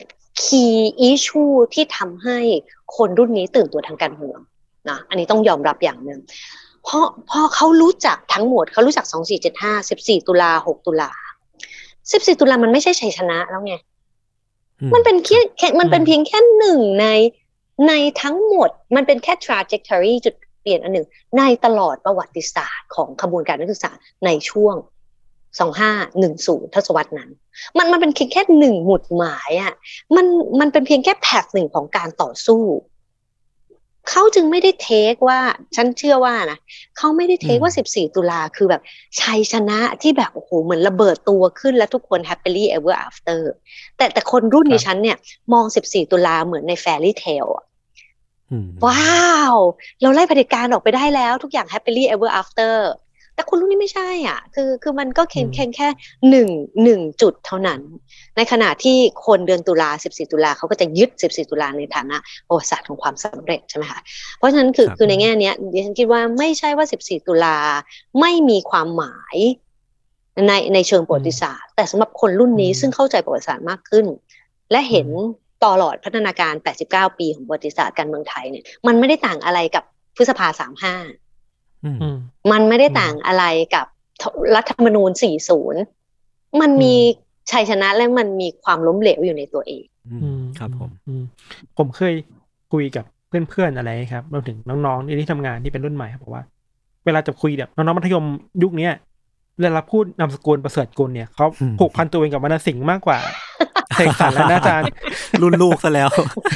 key issue ที่ทำให้คนรุ่นนี้ตื่นตัวทางการเมืองนะอันนี้ต้องยอมรับอย่างนึงเพราะพอเขารู้จักทั้งหมดเขารู้จักสองพันสี่ร้อยเจ็ดสิบห้า สิบสี่ตุลาหกตุลาสิบสี่ตุลามันไม่ใช่ชัยชนะแล้วไงมันเป็นแค่มันเป็นเพียงแค่หนึ่งในในทั้งหมดมันเป็นแค่ trajectory จุดเปลี่ยนอันหนึ่งในตลอดประวัติศาสตร์ของขบวนการนักศึกษาในช่วงสองพันห้าร้อยสิบทศวรรษนั้นมันมันเป็นเพียงแค่หนึ่งหมุดหมายอ่ะมันมันเป็นเพียงแค่แพทหนึ่งของการต่อสู้เขาจึงไม่ได้เทคว่าฉันเชื่อว่านะเขาไม่ได้เทคว่าสิบสี่ตุลาคือแบบชัยชนะที่แบบโอ้โหเหมือนระเบิดตัวขึ้นแล้วทุกคน happily ever after แต่แต่คนรุ่นนี้ฉันเนี่ยมองสิบสี่ตุลาเหมือนใน fairy tale อ่ะว้าวเราไล่เผด็จการออกไปได้แล้วทุกอย่าง happily ever after แต่คนรุ่นนี้ไม่ใช่อ่ะคือคือมันก็แค่แค่แค่หนึ่งหนึ่งจุดเท่านั้นในขณะที่คนเดือนตุลาสิบสี่ตุลาเขาก็จะยึดสิบสี่ตุลาในฐานะประวัติศาสตร์ของความสำเร็จใช่ไหมคะเพราะฉะนั้นคือคือในแง่เนี้ยดิฉันคิดว่าไม่ใช่ว่าสิบสี่ตุลาไม่มีความหมายในในเชิงประวัติศาสตร์แต่สำหรับคนรุ่นนี้ซึ่งเข้าใจประวัติศาสตร์มากขึ้นและเห็นตลอดพัฒนาการแปดสิบเก้าปีของประวัติศาสตร์การเมืองไทยเนี่ยมันไม่ได้ต่างอะไรกับพฤษภาสามสิบห้ามันไม่ได้ต่างอะไรกับรัฐธรรมนูญสี่สิบมันมีชัยชนะและมันมีความล้มเหลวอยู่ในตัวเองครับผมผมเคยคุยกับเพื่อนๆอะไรครับรวมถึงน้องๆที่ทำงานที่เป็นรุ่นใหม่ครับบอกว่าเวลาจะคุยแบบน้องๆมัธยมยุคนี้เวลาพูดนามสกุลประเสริฐกุลเนี่ยเขาผูกพันตัวเองกับวรรณสิงห์มากกว่าเสกสรรแล้วนะอาจารย์รุ่นลูกซะแล้ว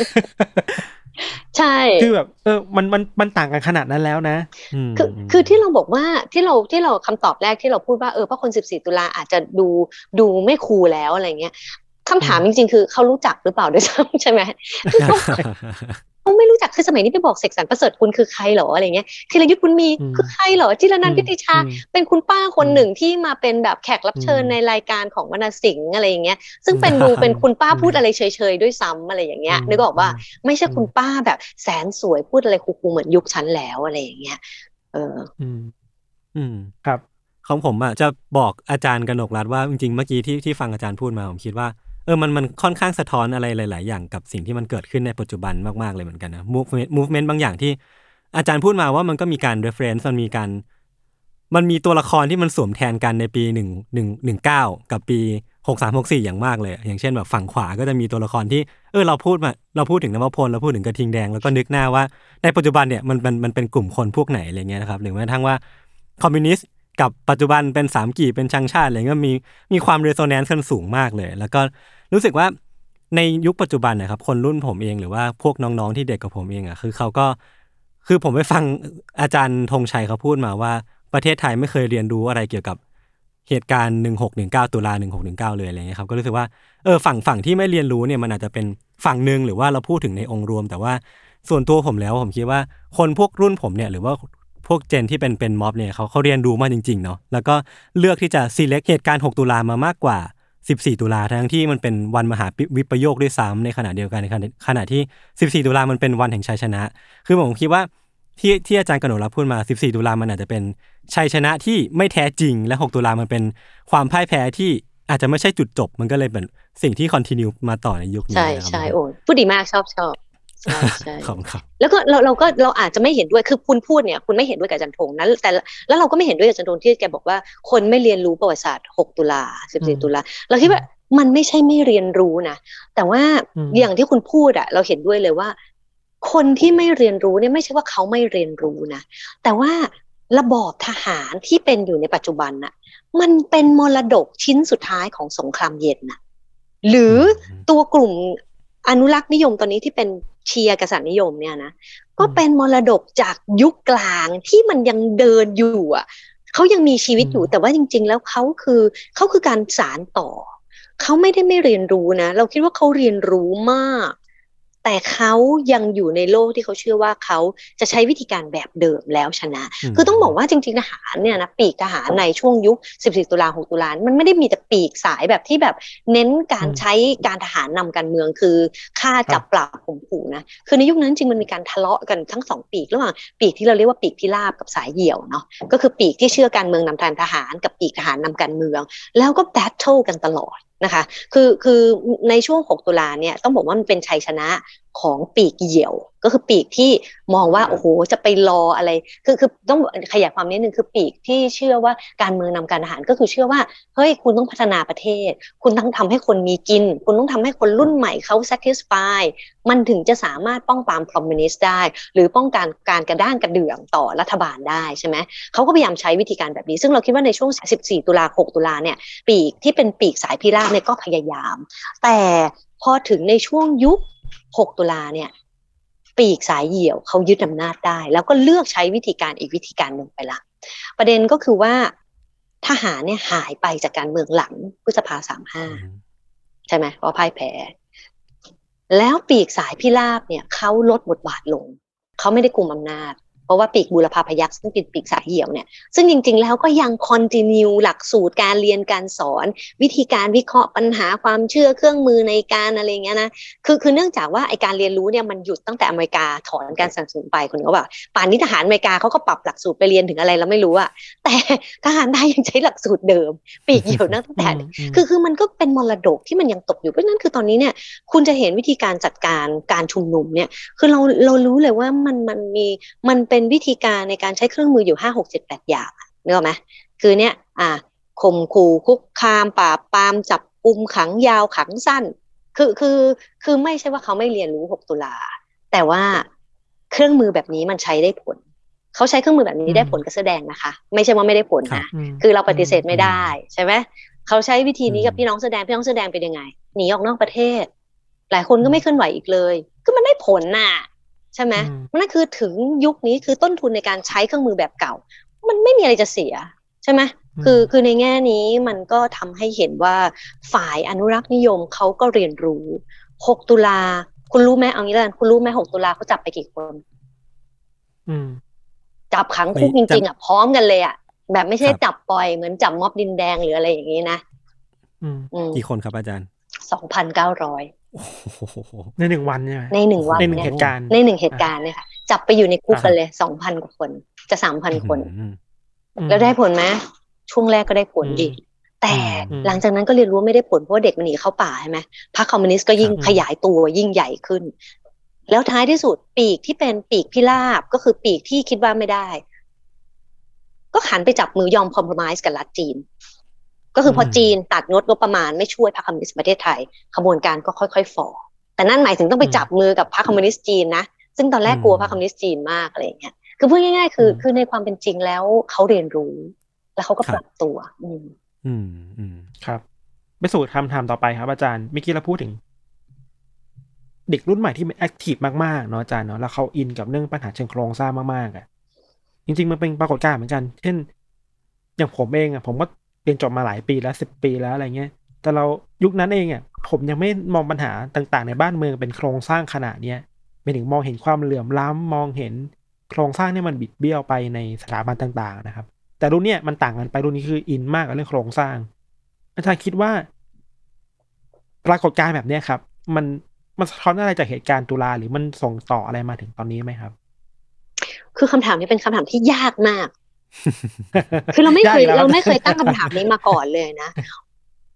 ใช่คือแบบเออมันมันมันต่างกันขนาดนั้นแล้วนะคือคือที่เราบอกว่าที่เราที่เราคำตอบแรกที่เราพูดว่าเออเพราะคนสิบสี่ตุลาอาจจะดูดูไม่คูลแล้วอะไรเงี้ยคำถามจริงๆคือเขารู้จักหรือเปล่าด้วยซ้ำใช่ไหมเขาไม่รู้จักคือสมัยนี้ไปบอกเสกสรรประเสริฐกุลคือใครเหรออะไรเงี้ยธีรยุทธบุญมีคือใครเหรอจิรนันท์พิติชาเป็นคุณป้าคนหนึ่งที่มาเป็นแบบแขกรับเชิญในรายการของวรรณสิงห์อะไรอย่างเงี้ยซึ่งเป็นดูเป็นคุณป้าพูดอะไรเฉยๆด้วยซ้ำอะไรอย่างเงี้ยนึกออกว่าไม่ใช่คุณป้าแบบแสนสวยพูดอะไรคูลๆเหมือนยุคฉันแล้วอะไรอย่างเงี้ยเอออืมอืมครับของผมอ่ะจะบอกอาจารย์กนกรัตน์ว่าจริงๆเมื่อกี้ที่ที่ฟังอาจารย์พูดมาผมคิดว่าเออมันมันค่อนข้างสะท้อนอะไรหลายๆอย่างกับสิ่งที่มันเกิดขึ้นในปัจจุบันมากๆเลยเหมือนกันนะ movement movement บางอย่างที่อาจารย์พูดมาว่ามันก็มีการ reference มันมีการมันมีตัวละครที่มันสวมแทนกันในปีหนึ่ง หนึ่ง หนึ่งเก้ากับปีหกสาม หกสี่อย่างมากเลยอย่างเช่นแบบฝั่งขวาก็จะมีตัวละครที่เออเราพูดมาเราพูดถึงนวพลเราพูดถึงกระทิงแดงแล้วก็นึกหน้าว่าในปัจจุบันเนี่ยมันมันมันเป็นกลุ่มคนพวกไหนอะไรเงี้ยนะครับหรือแม้กระทั่งว่าคอมมิวนิสต์กับปัจจุบันเป็นสามกีบเป็นชังชาติอะไรเงี้ยมีมีความ resonance กันสูงมากเลยแล้วก็รู้สึกว่าในยุคปัจจุบันนะครับคนรุ่นผมเองหรือว่าพวกน้องๆที่เด็กกับผมเองอ่ะคือเขาก็คือผมไปฟังอาจารย์ธงชัยเขาพูดมาว่าประเทศไทยไม่เคยเรียนรู้อะไรเกี่ยวกับเหตุการณ์หนึ่งหกหนึ่งเก้าตุลาหนึ่งหกหนึ่งเก้าเลยอะไรเงี้ยครับก็รู้สึกว่าเออฝั่งฝั่งที่ไม่เรียนรู้เนี่ยมันอาจจะเป็นฝั่งนึงหรือว่าเราพูดถึงในองค์รวมแต่ว่าส่วนตัวผมแล้วผมคิดว่าคนพวกรุ่นผมเนี่ยหรือว่าพวกเจนที่เป็นเป็นม็อบเนี่ยเขาเขาเรียนรู้มาจริงๆเนาะแล้วก็เลือกที่จะ select เหตุการณ์หกตุลามามากกว่าสิบสี่ตุลาทั้งที่มันเป็นวันมหาวิปโยคด้วยซ้ำในขณะเดียวกันในขณะที่สิบสี่ตุลามันเป็นวันแห่งชัยชนะคือผมคิดว่าที่ที่อาจารย์กนกรัตน์พูดมาสิบสี่ตุลามันอาจจะเป็นชัยชนะที่ไม่แท้จริงและหกตุลามันเป็นความพ่ายแพ้ที่อาจจะไม่ใช่จุดจบมันก็เลยเป็นสิ่งที่คอนทินิวมาต่อในยุคนี้ใช่ใช่โอ้พูดดีมากชอบชอบใช่ใช่ขอบคุณครับแล้วก็เราเราก็เราอาจจะไม่เห็นด้วยคือคุณพูดเนี่ยคุณไม่เห็นด้วยกับอาจารย์ธงนะแต่แล้วเราก็ไม่เห็นด้วยกับอาจารย์ธงที่แกบอกว่าคนไม่เรียนรู้ประวัติศาสตร์หกตุลาสิบสี่ตุลาเราคิดว่ามันไม่ใช่ไม่เรียนรู้นะแต่ว่าอย่างที่คุณพูดอะเราเห็นด้วยเลยว่าคนที่ไม่เรียนรู้เนี่ยไม่ใช่ว่าเขาไม่เรียนรู้นะแต่ว่าระบอบทหารที่เป็นอยู่ในปัจจุบันน่ะมันเป็นมรดกชิ้นสุดท้ายของสงครามเย็นน่ะหรือตัวกลุ่มอนุรักษ์นิยมตอนนี้ที่เป็นเชียร์กษัตริย์นิยมเนี่ยนะก็เป็นมรดกจากยุคกลางที่มันยังเดินอยู่อ่ะเขายังมีชีวิตอยู่แต่ว่าจริงๆแล้วเขาคือเขาคือการสานต่อเขาไม่ได้ไม่เรียนรู้นะเราคิดว่าเขาเรียนรู้มากแต่เขายังอยู่ในโลกที่เขาเชื่อว่าเขาจะใช้วิธีการแบบเดิมแล้วชนะคือต้องบอกว่าจริงๆทหารเนี่ยนะปีกทหารในช่วงยุคสิบสี่ตุลาหกตุลามันไม่ได้มีแต่ปีกสายแบบที่แบบเน้นการใช้การทหารนำการเมืองคือฆ่าจับปราบข่มขู่นะคือในยุคนั้นจริงมันมีการทะเลาะกันทั้งสองปีกระหว่างปีกที่เราเรียกว่าปีกพิราบกับสายเหี่ยวเนาะก็คือปีกที่เชื่อการเมืองนำทางทหารกับปีกทหารนำการเมืองแล้วก็แบทเทิลกันตลอดนะคะคือคือในช่วงหกตุลาเนี่ยต้องบอกว่ามันเป็นชัยชนะของปีกเหี่ยวก็คือปีกที่มองว่าโอ้โหจะไปรออะไรคือคือต้องขยายความนิดนึงคือปีกที่เชื่อว่าการเมืองนำการทหารก็คือเชื่อว่าเฮ้ยคุณต้องพัฒนาประเทศคุณต้องทำให้คนมีกินคุณต้องทำให้คนรุ่นใหม่เขา satisfy มันถึงจะสามารถป้องปรามคอมมิวนิสต์ได้หรือป้องกันการกระด้างกระเดื่องต่อรัฐบาลได้ใช่ไหมเขาก็พยายามใช้วิธีการแบบนี้ซึ่งเราคิดว่าในช่วงสิบสี่ตุลาหกตุลาเนี่ยปีกที่เป็นปีกสายพิราบเนี่ยก็พยายามแต่พอถึงในช่วงยุคหกตุลาเนี่ยปีกสายเหี่ยวเขายึดอำนาจได้แล้วก็เลือกใช้วิธีการอีกวิธีการหนึ่งไปละประเด็นก็คือว่าทหารเนี่ยหายไปจากการเมืองหลังพฤษภาสามห้าใช่ไหมเพราะพ่ายแพ้แล้วปีกสายพิราบเนี่ยเขาลดบทบาทลงเขาไม่ได้กุมอำนาจเพราะว่าปีกบูรพาพยัคฆ์ซึ่งเป็นปีกสายเหี่ยวเนี่ยซึ่งจริงๆแล้วก็ยังคอนติเนียหลักสูตรการเรียนการสอนวิธีการวิเคราะห์ปัญหาความเชื่อเครื่องมือในการอะไรเงี้ยนะคือคือเนื่องจากว่าไอการเรียนรู้เนี่ยมันหยุดตั้งแต่อเมริกาถอนการสนับสนุนไปคนก็บอกป่านนี้ทหารอเมริกาเขาก็ปรับหลักสูตรไปเรียนถึงอะไรแล้วไม่รู้อะแต่ทหารไทยยังใช้หลักสูตรเดิมปีกเหี่ยวนั่งตั้งแต่คือคือมันก็เป็นมรดกที่มันยังตกอยู่เพราะนั้นคือตอนนี้เนี่ยคุณจะเห็นวิธีการจัดการการชุมนุมเนี่ยคือเราเรารู้เลยว่ามันมันมีมันเป็นวิธีการในการใช้เครื่องมืออยู่ห้า หก เจ็ด แปดอย่างนึกออกไหมคือเนี่ยอ่าข่มขู่คุกคามปราบปรามจับกุมขังยาวขังสั้นคือคือคือไม่ใช่ว่าเขาไม่เรียนรู้หกตุลาแต่ว่าเครื่องมือแบบนี้มันใช้ได้ผลเขาใช้เครื่องมือแบบนี้ได้ผลก็แสดงนะคะไม่ใช่ว่าไม่ได้ผลนะคือเราปฏิเสธไม่ได้ใช่ไหมเขาใช้วิธีนี้กับพี่น้องแสดงพี่น้องแสดงเป็นยังไงหนีออกนอกประเทศหลายคนก็ไม่เคลื่อนไหวอีกเลยคือมันได้ผลน่ะใช่ไหมนั่นคือถึงยุคนี้คือต้นทุนในการใช้เครื่องมือแบบเก่ามันไม่มีอะไรจะเสียใช่ไหมคือคือในแง่นี้มันก็ทำให้เห็นว่าฝ่ายอนุรักษ์นิยมเขาก็เรียนรู้หกตุลาคุณรู้ไหมเอางี้แล้วกันคุณรู้ไหมหกตุลาเขาจับไปกี่คนจับขังคุกจริงๆอ่ะพร้อมกันเลยอ่ะแบบไม่ใช่จับปล่อยเหมือนจับม็อบดินแดงหรืออะไรอย่างนี้นะกี่คนครับอาจารย์สองพันเก้าร้อยในหนึ่งวันใช่ไหมในหนึ่งวันในหนึ่งเหตุการณ์ในหนึ่งเหตุการณ์เนี่ยค่ะจับไปอยู่ในคุกกันเลยสองพันกว่าคนจะสามพันคนแล้วได้ผลไหมช่วงแรกก็ได้ผลดีแต่หลังจากนั้นก็เรียนรู้ไม่ได้ผลเพราะเด็กมันหนีเข้าป่าใช่ไหมพรรคคอมมิวนิสต์ก็ยิ่งขยายตัวยิ่งใหญ่ขึ้นแล้วท้ายที่สุดปีกที่เป็นปีกพิราบก็คือปีกที่คิดว่าไม่ได้ก็หันไปจับมือยอมคอมโพรไมซ์กับรัฐจีนก็คือพอจีนตัดงดงบประมาณไม่ช่วยพรรคคอมมิวนิสต์ประเทศไทยขบวนการก็ค่อยๆฝ่อแต่นั่นหมายถึงต้องไปจับมือกับพรรคคอมมิวนิสต์จีนนะซึ่งตอนแรกกลัวพรรคคอมมิวนิสต์จีนมากอะไรอย่างเงี้ยคือพูดง่ายๆคือคือในความเป็นจริงแล้วเขาเรียนรู้แล้วเขาก็ปรับตัวอืมอืมอืมครับไปสู่คำถามต่อไปครับอาจารย์เมื่อกี้เราพูดถึงเด็กรุ่นใหม่ที่แอคทีฟมากๆเนาะอาจารย์เนาะแล้วเขาอินกับเรื่องปัญหาเชิงโครงสร้างมากๆอ่ะจริงๆมันเป็นปรากฏการณ์เหมือนกันเช่นอย่างผมเองอ่ะผมก็เรียนจบมาหลายปีแล้วสิบปีแล้วอะไรเงี้ยแต่เรายุคนั้นเองอ่ะผมยังไม่มองปัญหาต่างๆในบ้านเมืองเป็นโครงสร้างขนาดเนี้ยไม่ถึงมองเห็นความเหลื่อมล้ำมองเห็นโครงสร้างที่มันบิดเบี้ยวไปในสถาบันต่างๆนะครับแต่รุ่นเนี้ยมันต่างกันไปรุ่นนี้คืออินมากกับเรื่องโครงสร้างอาจารย์คิดว่าปรากฏการณ์แบบเนี้ยครับมันมันสะท้อนอะไรจากเหตุการณ์ตุลาหรือมันส่งต่ออะไรมาถึงตอนนี้ไหมครับคือคำถามนี้เป็นคำถามที่ยากมาก คือเราไม่เคยเราไม่เคยตั้งคำถามนี้มาก่อนเลยนะ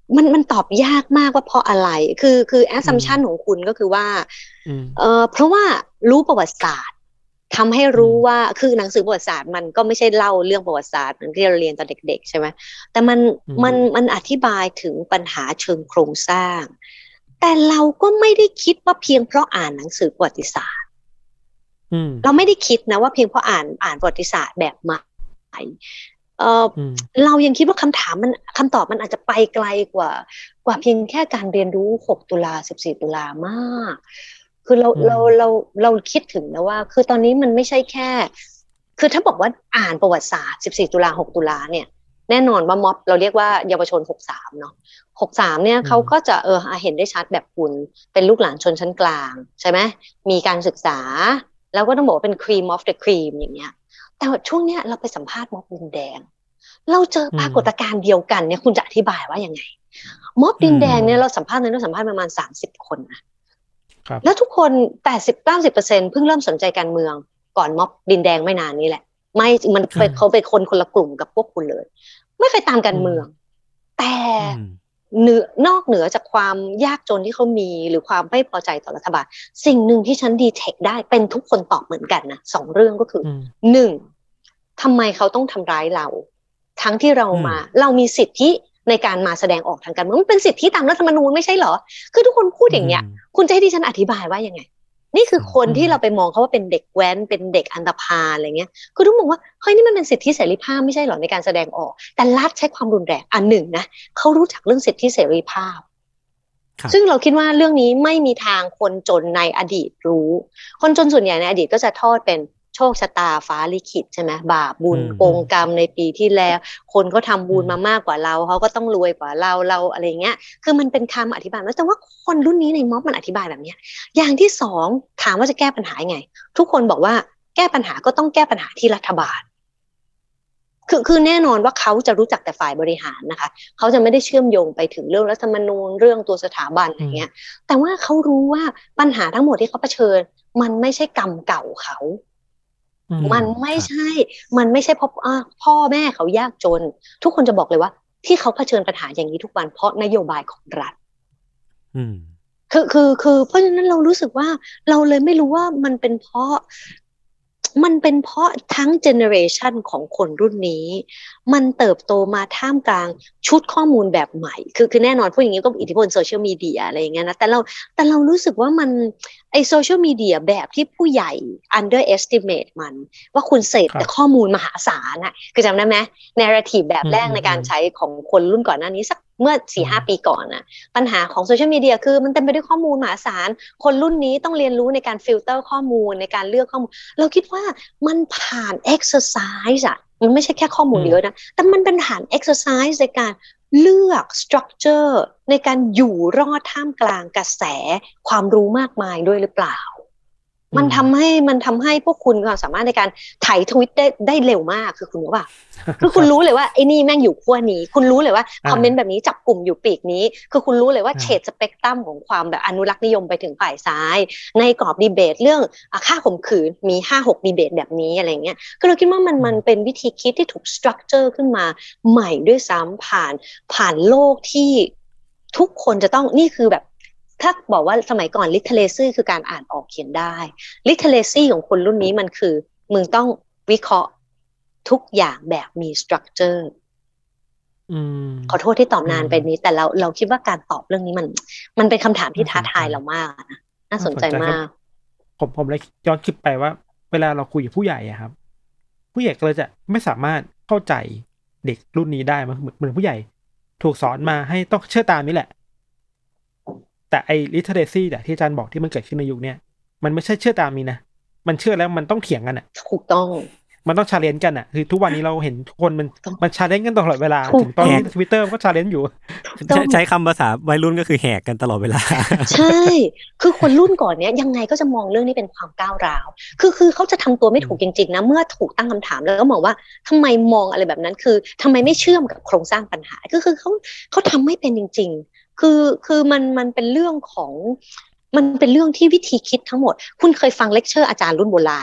มันมันตอบยากมากว่าเพราะอะไรคือคือ assumption ของคุณก็คือว่าเออเพราะว่ารู้ประวัติศาสตร์ทำให้รู้ว่าคือหนังสือประวัติศาสตร์มันก็ไม่ใช่เล่าเรื่องประวัติศาสตร์เหมือนที่เราเรียนตอนเด็กๆใช่ไหมแต่มันมันมันอธิบายถึงปัญหาเชิงโครงสร้างแต่เราก็ไม่ได้คิดว่าเพียงเพราะอ่านหนังสือประวัติศาสตร์เราไม่ได้คิดนะว่าเพียงเพราะอ่านอ่านประวัติศาสตร์แบบใหม่เออเรายังคิดว่าคำถามมันคำตอบมันอาจจะไปไกลกว่ากว่าเพียงแค่การเรียนรู้หกตุลาสิบสี่ตุลามากคือเราเราเราเราคิดถึงนะว่าคือตอนนี้มันไม่ใช่แค่คือถ้าบอกว่าอ่านประวัติศาสตร์สิบสี่ตุลาหกตุลาเนี่ยแน่นอนว่าม็อบเราเรียกว่าเยาวชนหกสามเนาะหกสามเนี่ยเขาก็จะเออเห็นได้ชัดแบบคุณเป็นลูกหลานชนชั้นกลางใช่ไหมมีการศึกษาแล้วก็ต้องบอกว่าเป็น cream of the cream อย่างเงี้ยแต่ช่วงเนี้ยเราไปสัมภาษณ์ม็อบดินแดงเราเจอปรากฏการณ์เดียวกันเนี่ยคุณจะอธิบายว่ายังไงม็อบดินแดงเนี่ยเราสัมภาษณ์เนี่ยเราสัมภาษณ์ประมาณสามสิบคนนะแล้วทุกคน แปดสิบถึงเก้าสิบเปอร์เซ็นต์ เพิ่งเริ่มสนใจการเมืองก่อนม็อบดินแดงไม่นานนี้แหละไม่มันเขาเป็นคนคนละกลุ่มกับพวกคุณเลยไม่เคยตามการเมืองแต่เหนือนอกเหนือจากความยากจนที่เขามีหรือความไม่พอใจต่อรัฐบาลสิ่งหนึ่งที่ฉันดีเทคได้เป็นทุกคนตอบเหมือนกันนะสองเรื่องก็คือหนึ่งทำไมเขาต้องทำร้ายเราทั้งที่เรามาเรามีสิทธิในการมาแสดงออกทางการเมืองมันเป็นสิทธิตามรัฐธรรมนูญไม่ใช่เหรอคือทุกคนพูดอย่างเงี้ยคุณจะให้ดิฉันอธิบายว่ายังไงนี่คือคนที่เราไปมองเขาว่าเป็นเด็กแว้นเป็นเด็กอันธพาลอะไรเงี้ยคือต้องบอกว่าเฮ้ยนี่มันเป็นสิทธิเสรีภาพไม่ใช่เหรอในการแสดงออกแต่รัฐใช้ความรุนแรงอันหนึ่งนะเขารู้จักเรื่องสิทธิเสรีภาพซึ่งเราคิดว่าเรื่องนี้ไม่มีทางคนจนในอดีตรู้คนจนส่วนใหญ่ในอดีตก็จะโทษเป็นโชคชะตาฟ้าลิขิตใช่ไหมบาปบุญกงกรรมในปีที่แล้วคนเขาทำบุญมามากกว่าเราเขาก็ต้องรวยกว่าเราเราอะไรเงี้ยคือมันเป็นคำอธิบายแต่ว่าคนรุ่นนี้ในม็อบมันอธิบายแบบนี้อย่างที่สองถามว่าจะแก้ปัญหาไงทุกคนบอกว่าแก้ปัญหาก็ต้องแก้ปัญหาที่รัฐบาลคือคือแน่นอนว่าเขาจะรู้จักแต่ฝ่ายบริหารนะคะเขาจะไม่ได้เชื่อมโยงไปถึงเรื่องรัฐธรรมนูญเรื่องตัวสถาบันอะไรเงี้ยแต่ว่าเขารู้ว่าปัญหาทั้งหมดที่เขาเผชิญมันไม่ใช่กรรมเก่าเขามันไม่ใช่ มันไม่ใช่เพราะพ่อแม่เขายากจนทุกคนจะบอกเลยว่าที่เขาเผชิญปัญหาอย่างนี้ทุกวันเพราะนโยบายของรัฐคือคือคือเพราะฉะนั้นเรารู้สึกว่าเราเลยไม่รู้ว่ามันเป็นเพราะมันเป็นเพราะทั้งเจเนอเรชันของคนรุ่นนี้มันเติบโตมาท่ามกลางชุดข้อมูลแบบใหม่คือคือแน่นอนพูดอย่างนี้ก็อิทธิพลโซเชียลมีเดียอะไรอย่างเงี้ยนะแต่เราแต่เรารู้สึกว่ามันไอโซเชียลมีเดียแบบที่ผู้ใหญ่ underestimate มันว่าคุณเสพแต่ข้อมูลมหาศาลน่ะคือจำได้ไหม narrative แบบแรกในการใช้ของคนรุ่นก่อนหน้านี้สักเมื่อ สี่ห้า ปีก่อนน่ะปัญหาของโซเชียลมีเดียคือมันเต็มไปด้วยข้อมูลมหาศาลคนรุ่นนี้ต้องเรียนรู้ในการฟิลเตอร์ข้อมูลในการเลือกข้อมูลเราคิดว่ามันผ่าน exercise อ่ะมันไม่ใช่แค่ข้อมูลเยอะนะแต่มันเป็นผ่าน exercise ในการเลือก structure ในการอยู่รอดท่ามกลางกระแสความรู้มากมายด้วยหรือเปล่ามันทำให้มันทำให้พวกคุณความสามารถในการไถทวิตได้ได้เร็วมากคือคุณรู้ป่ะคือคุณรู้เลยว่าไอ้นี่แม่งอยู่ขั้วนี้คุณรู้เลยว่าคอมเมนต์แบบนี้จับกลุ่มอยู่ปีกนี้คือคุณรู้เลยว่าเฉดสเปกตรัมของความแบบอนุรักษ์นิยมไปถึงฝ่ายซ้ายในกรอบดีเบตเรื่องค่าข่มขืนมี ห้าหก ดีเบตแบบนี้อะไรเงี้ยคือเราคิดว่ามันมันเป็นวิธีคิดที่ถูกสตรัคเจอร์ขึ้นมาใหม่ด้วยซ้ำผ่านผ่านโลกที่ทุกคนจะต้องนี่คือแบบถ้าบอกว่าสมัยก่อน literacy คือการอ่านออกเขียนได้ literacy ของคนรุ่นนี้มันคือมึงต้องวิเคราะห์ทุกอย่างแบบมี structure ขอโทษที่ตอบนานไปนี้แต่เราเราคิดว่าการตอบเรื่องนี้มันมันเป็นคำถามที่ท้าทายเรามากนะน่าสนใจมากผมผมเลยย้อนคิดไปว่าเวลาเราคุยกับผู้ใหญ่อะครับผู้ใหญ่ก็เลยจะไม่สามารถเข้าใจเด็กรุ่นนี้ได้มันเหมือนผู้ใหญ่ถูกสอนมาให้ต้องเชื่อตามนี่แหละแต่ไอ้ literacy แบบที่อาจารย์บอกที่มันเกิดขึ้นในยุคนี้มันไม่ใช่เชื่อตามนี้นะมันเชื่อแล้วมันต้องเถียงกันอ่ะถูกต้องมันต้อง challenge กันอ่ะคือทุกวันนี้เราเห็นทุกคนมันมัน challenge กันตลอดเวลาถึงตอนนี้ Twitter ก็ challenge อยู่ใช้คำภาษาวัยรุ่นก็คือแหกกันตลอดเวลาใช่คือคนรุ่นก่อนเนี้ยยังไงก็จะมองเรื่องนี้เป็นความก้าวร้าวคือคือเขาจะทำตัวไม่ถูกจริงๆนะเมื่อถูกตั้งคำถามแล้วก็มองว่าทำไมมองอะไรแบบนั้นคือทำไมไม่เชื่อมกับโครงสร้างปัญหาก็คือเขาเขาทำไม่เป็นจริงๆคือคือมันมันเป็นเรื่องของมันเป็นเรื่องที่วิธีคิดทั้งหมดคุณเคยฟังเลคเชอร์อาจารย์รุ่นโบราณไหม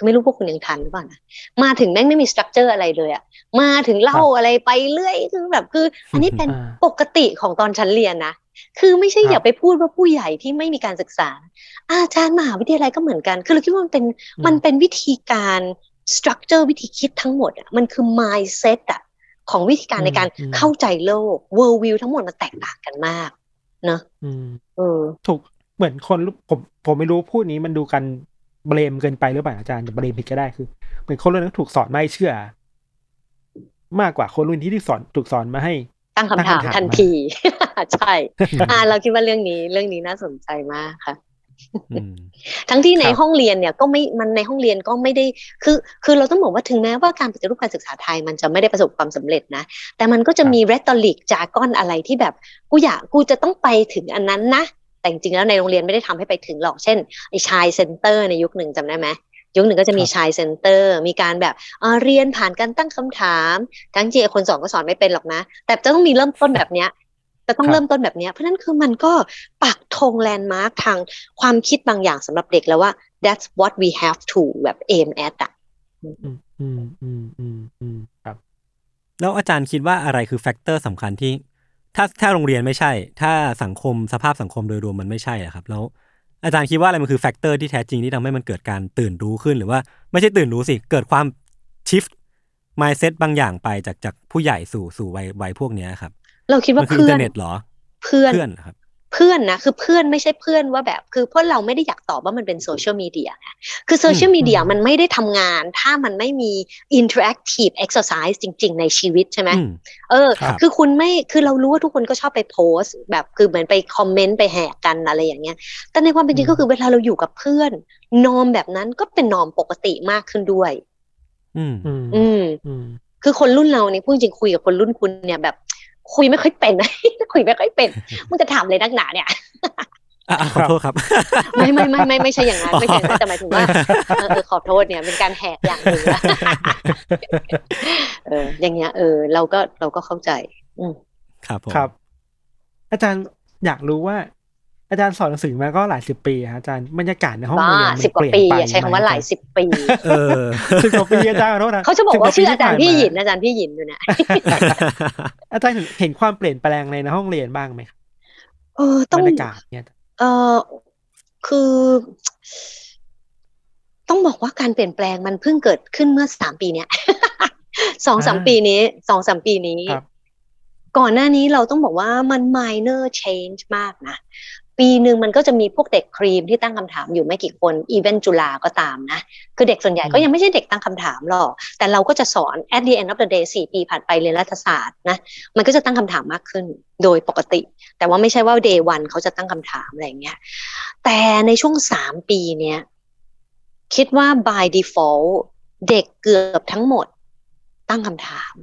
คือไม่รู้พวกคุณยังทันหรือเปล่านะมาถึงแม่งไม่มีสตรัคเจอร์อะไรเลยอะมาถึงเล่าอะไรไปเรื่อยคือแบบคืออันนี้เป็นปกติของตอนชั้นเรียนนะคือไม่ใช่อย่าไปพูดว่าผู้ใหญ่ที่ไม่มีการศึกษาอาจารย์มหาวิทยาลัยก็เหมือนกันคือเราคิดว่ามันเป็นมันเป็นวิธีการ structure วิธีคิดทั้งหมดอ่ะมันคือ mindset อ่ะของวิธีการในการเข้าใจโลก world view ทั้งหมดมันแตกต่างกันมากเนอะเออถูกเหมือนคนผมผมไม่รู้พูดนี้มันดูกันเบลมเกินไปหรือเปล่าอาจารย์จะเบลมผิดก็ได้คือเหมือนคนรุ่นนั้นถูกสอนไม่เชื่อมากกว่าคนรุ่นที่ที่สอนถูกสอนมาให้ตั้งคำถามทันทีใช่อ่าเราคิดว่าเรื่องนี้เรื่องนี้น่าสนใจมากค่ะทั้งที่ในห้องเรียนเนี่ยก็ไม่มันในห้องเรียนก็ไม่ได้คือคือเราต้องบอกว่าถึงแม้ว่าการปฏิรูปการศึกษาไทยมันจะไม่ได้ประสบความสำเร็จนะแต่มันก็จะมี rhetoric จาก้อนอะไรที่แบบกูอยากกูจะต้องไปถึงอันนั้นนะแต่จริงๆแล้วในโรงเรียนไม่ได้ทำให้ไปถึงหรอกเช่นไอ้ชายเซ็นเตอร์ในยุคหนึ่งจำได้ไหมยุคหนึ่งก็จะมีชายเซ็นเตอร์มีการแบบเรียนผ่านการตั้งคำถามทั้งที่คนสอนก็สอนไม่เป็นหรอกนะแต่จะต้องมีเริ่มต้นแบบเนี้ยจะต้องเริ่มต้นแบบนี้เพราะนั้นคือมันก็ปักธงแลนด์มาร์คทางความคิดบางอย่างสำหรับเด็กแล้วว่า that's what we have to แบบ aim at อ่ะอืมอืมอืมอืมอืมครับแล้วอาจารย์คิดว่าอะไรคือแฟกเตอร์สำคัญที่ถ้าถ้าโรงเรียนไม่ใช่ถ้าสังคมสภาพสังคมโดยรวมมันไม่ใช่อะครับแล้วอาจารย์คิดว่าอะไรมันคือแฟกเตอร์ที่แท้จริงที่ทำให้มันเกิดการตื่นรู้ขึ้นหรือว่าไม่ใช่ตื่นรู้สิเกิดความชิฟต์ mindset บางอย่างไปจากจากผู้ใหญ่สู่สู่วัยวัยพวกนี้ครับเราคิดว่าเพื่อนอินเทอร์เน็ตเหรอเพื่อนเพื่อนครับเพื่อนนะคือเพื่อนไม่ใช่เพื่อนว่าแบบคือเพราะเราไม่ได้อยากตอบว่ามันเป็นโซเชียลมีเดียไงคือโซเชียลมีเดียมันไม่ได้ทำงานถ้ามันไม่มี interactive exercise จริงๆในชีวิตใช่ไหมเออคือคุณไม่คือเรารู้ว่าทุกคนก็ชอบไปโพสต์แบบคือเหมือนไปคอมเมนต์ไปแหกกันอะไรอย่างเงี้ยแต่ในความเป็นจริงก็คือเวลาเราอยู่กับเพื่อนนอมแบบนั้นก็เป็นนอมปกติมากขึ้นด้วยอืมอืมคือคนรุ่นเราเนี่ยพูดจริงคุยกับคนรุ่นคุณเนี่ยแบบคุยไม่ค่อยเป็นคุยไม่ค่อยเป็นมึงจะถามเลยนักหนาเนี่ยขอโทษครับไม่ไม่ไม่ไม่ไม่ใช่อย่างนั้นไม่ใช่แต่หมายถึงว่าเออขอโทษเนี่ยเป็นการแหกอย่างนึงเอออย่างเงี้ยเออเราก็เราก็เข้าใจอืมครับผมครับอาจารย์อยากรู้ว่าอาจารย์สอนหนังสือมาก็หลายสิบปีฮะอาจารย์บรรยากาศในห้องเรียนสิบกว่าปีใช้คำว่าหลายสิบปีเออสิบกว่าปีอาจารย์ขอโทษนะเขาจะบอกว่าชื่ออาจารย์พี่หยินอาจารย์พี่หยินอยู่เนี่ยอาจารย์เห็นความเปลี่ยนแปลงในห้องเรียนบ้างไหมเออต้องบรรยากาศเนี่ยเออคือต้องบอกว่าการเปลี่ยนแปลงมันเพิ่งเกิดขึ้นเมื่อสามปีเนี้ยสองสามปีนี้สองสามปีนี้ก่อนหน้านี้เราต้องบอกว่ามัน minor change มากนะปีหนึ่งมันก็จะมีพวกเด็กครีมที่ตั้งคำถามอยู่ไม่กี่คนอีเวนต์จุฬาก็ตามนะคือเด็กส่วนใหญ่ก็ยังไม่ใช่เด็กตั้งคำถามหรอกแต่เราก็จะสอน at the end of the day สี่ปีผ่านไปเรียนรัฐศาสตร์นะมันก็จะตั้งคำถามมากขึ้นโดยปกติแต่ว่าไม่ใช่ว่า day one เขาจะตั้งคำถามอะไรอย่างเงี้ยแต่ในช่วงสามปีเนี้ยคิดว่า by default เด็กเกือบทั้งหมดตั้งคำถาม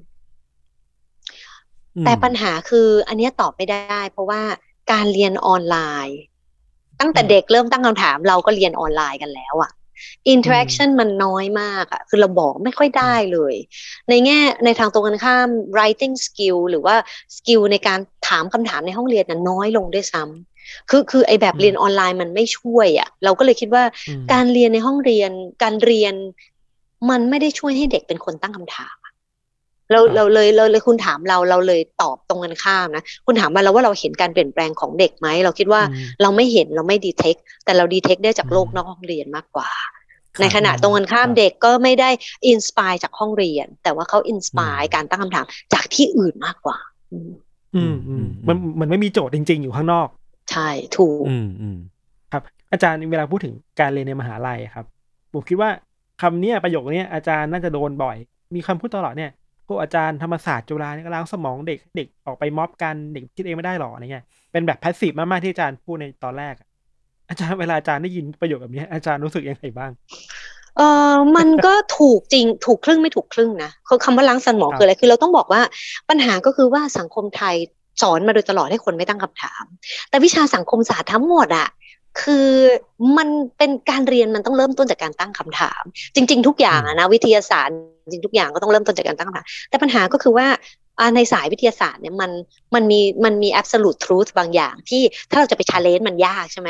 แต่ปัญหาคืออันนี้ตอบไม่ได้เพราะว่าการเรียนออนไลน์ตั้งแต่เด็กเริ่มตั้งคำถามเราก็เรียนออนไลน์กันแล้วอะ interaction มันน้อยมากอะคือเราบอกไม่ค่อยได้เลยในแง่ในทางตรงกันข้าม writing skill หรือว่า skill ในการถามคำถามในห้องเรียนนั้นน้อยลงด้วยซ้ำคือคือไอแบบเรียนออนไลน์มันไม่ช่วยอะเราก็เลยคิดว่าการเรียนในห้องเรียนการเรียนมันไม่ได้ช่วยให้เด็กเป็นคนตั้งคำถามเราเราเลยเราเลยคุณถามเราเราเลยตอบตรงกันข้ามนะคุณถามมาแล้วว่าเราเห็นการเปลี่ยนแปลงของเด็กไหมเราคิดว่าเราไม่เห็นเราไม่ดีเทคแต่เราดีเทคได้จากโลกนอกห้องเรียนมากกว่าในขณะตรงกันข้ามเด็กก็ไม่ได้อินสปายจากห้องเรียนแต่ว่าเขาอินสปายการตั้งคำถามจากที่อื่นมากกว่าอืมอืมมันมันไม่มีโจทย์จริงๆอยู่ข้างนอกใช่ถูกอืมอืมครับอาจารย์เวลาพูดถึงการเรียนในมหาลัยครับผมคิดว่าคำนี้ประโยคนี้อาจารย์น่าจะโดนบ่อยมีคำพูดตลอดเนี่ยพวกอาจารย์ธรรมศาสตร์จุฬาเนี่ยก็ล้างสมองเด็กเด็กออกไปม็อบกันเด็กคิดเองไม่ได้หรออะไรเงี้ยเป็นแบบแพสซีฟมากๆที่อาจารย์พูดในตอนแรกอาจารย์เวลาอาจารย์ได้ยินประโยคแบบนี้อาจารย์รู้สึกยังไงบ้างเออมันก็ถูกจริงถูกครึ่งไม่ถูกครึ่งนะคือคำว่าล้างสมองคืออะไรคือเราต้องบอกว่าปัญหาก็คือว่าสังคมไทยสอนมาโดยตลอดให้คนไม่ตั้งคำถามแต่วิชาสังคมศาสตร์ทั้งหมดอะคือมันเป็นการเรียนมันต้องเริ่มต้นจากการตั้งคำถามจริงๆทุกอย่างอะนะวิทยาศาสตร์จริงทุกอย่างก็ต้องเริ่มต้นจากการตั้งคำถามแต่ปัญหาก็คือว่าในสายวิทยาศาสตร์เนี่ยมันมันมีมันมี absolute truth บางอย่างที่ถ้าเราจะไป challenge มันยากใช่ไหม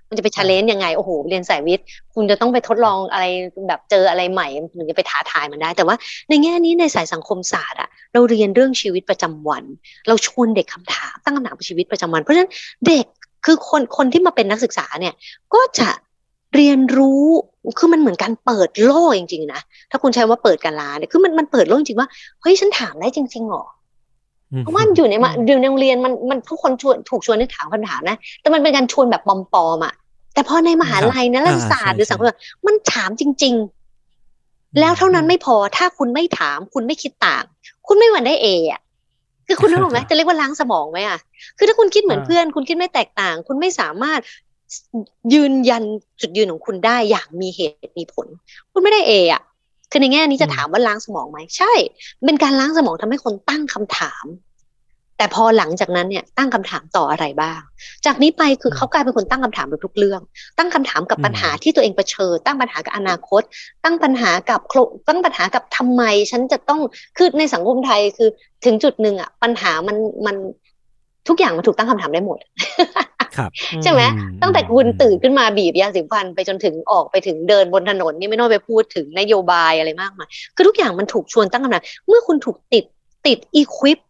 มันจะไป challenge ยังไงโอ้โหเรียนสายวิทย์คุณจะต้องไปทดลองอะไรแบบเจออะไรใหม่ถึงจะไปท้าทายมันได้แต่ว่าในแง่นี้ในสายสังคมศาสตร์อะเราเรียนเรื่องชีวิตประจำวันเราชวนเด็กคำถามตั้งคำถามชีวิตประจำวันเพราะฉะนั้นเด็กคือคนคนที่มาเป็นนักศึกษาเนี่ยก็จะเรียนรู้คือมันเหมือนการเปิดโลกจริงๆนะถ้าคุณใช้ว่าเปิดการลาเนี่ยคือมันมันเปิดโลกจริงว่าเฮ้ยฉันถามได้จริงๆหรอเพราะว่าอยู่ในมาอยู่ในโรงเรียนมันมันทุกคนชวนถูกชวนให้ถามคำถามนะแต่มันเป็นการชวนแบบปลอมๆอ่ะแต่พอในมหาลัยนะรัฐศาสตร์หรือสังคมมันถามจริงๆแล้วเท่านั้นไม่พอถ้าคุณไม่ถามคุณไม่คิดต่างคุณไม่หวั่นได้เออ่ะคือคุณรู้ไหมจะเรียกว่าล้างสมองไหมอ่ะคือถ้าคุณคิดเหมือนเพื่อนคุณคิดไม่แตกต่างคุณไม่สามารถยืนยันจุดยืนของคุณได้อย่างมีเหตุมีผลคุณไม่ได้เออ่ะคือในแง่นี้จะถามว่าล้างสมองไหมใช่เป็นการล้างสมองทำให้คนตั้งคำถามแต่พอหลังจากนั้นเนี่ยตั้งคำถามต่ออะไรบ้างจากนี้ไปคือเขากลายเป็นคนตั้งคำถามกับทุกเรื่องตั้งคำถามกับปัญหาที่ตัวเองเผชิญตั้งปัญหากับอนาคตตั้งปัญหากับตั้งปัญหากับทำไมฉันจะต้องคือในสังคมไทยคือถึงจุดหนึ่งอ่ะปัญหามันมันทุกอย่างมันถูกตั้งคำถามได้หมดใช่ไหมตั้งแต่คุณตื่นขึ้นมาบีบยาสีฟันไปจนถึงออกไปถึงเดินบนถนนนี่ไม่ต้องไปพูดถึงนโยบายอะไรมากมายคือทุกอย่างมันถูกชวนตั้งคำถามเมื่อคุณถูกติดติด equip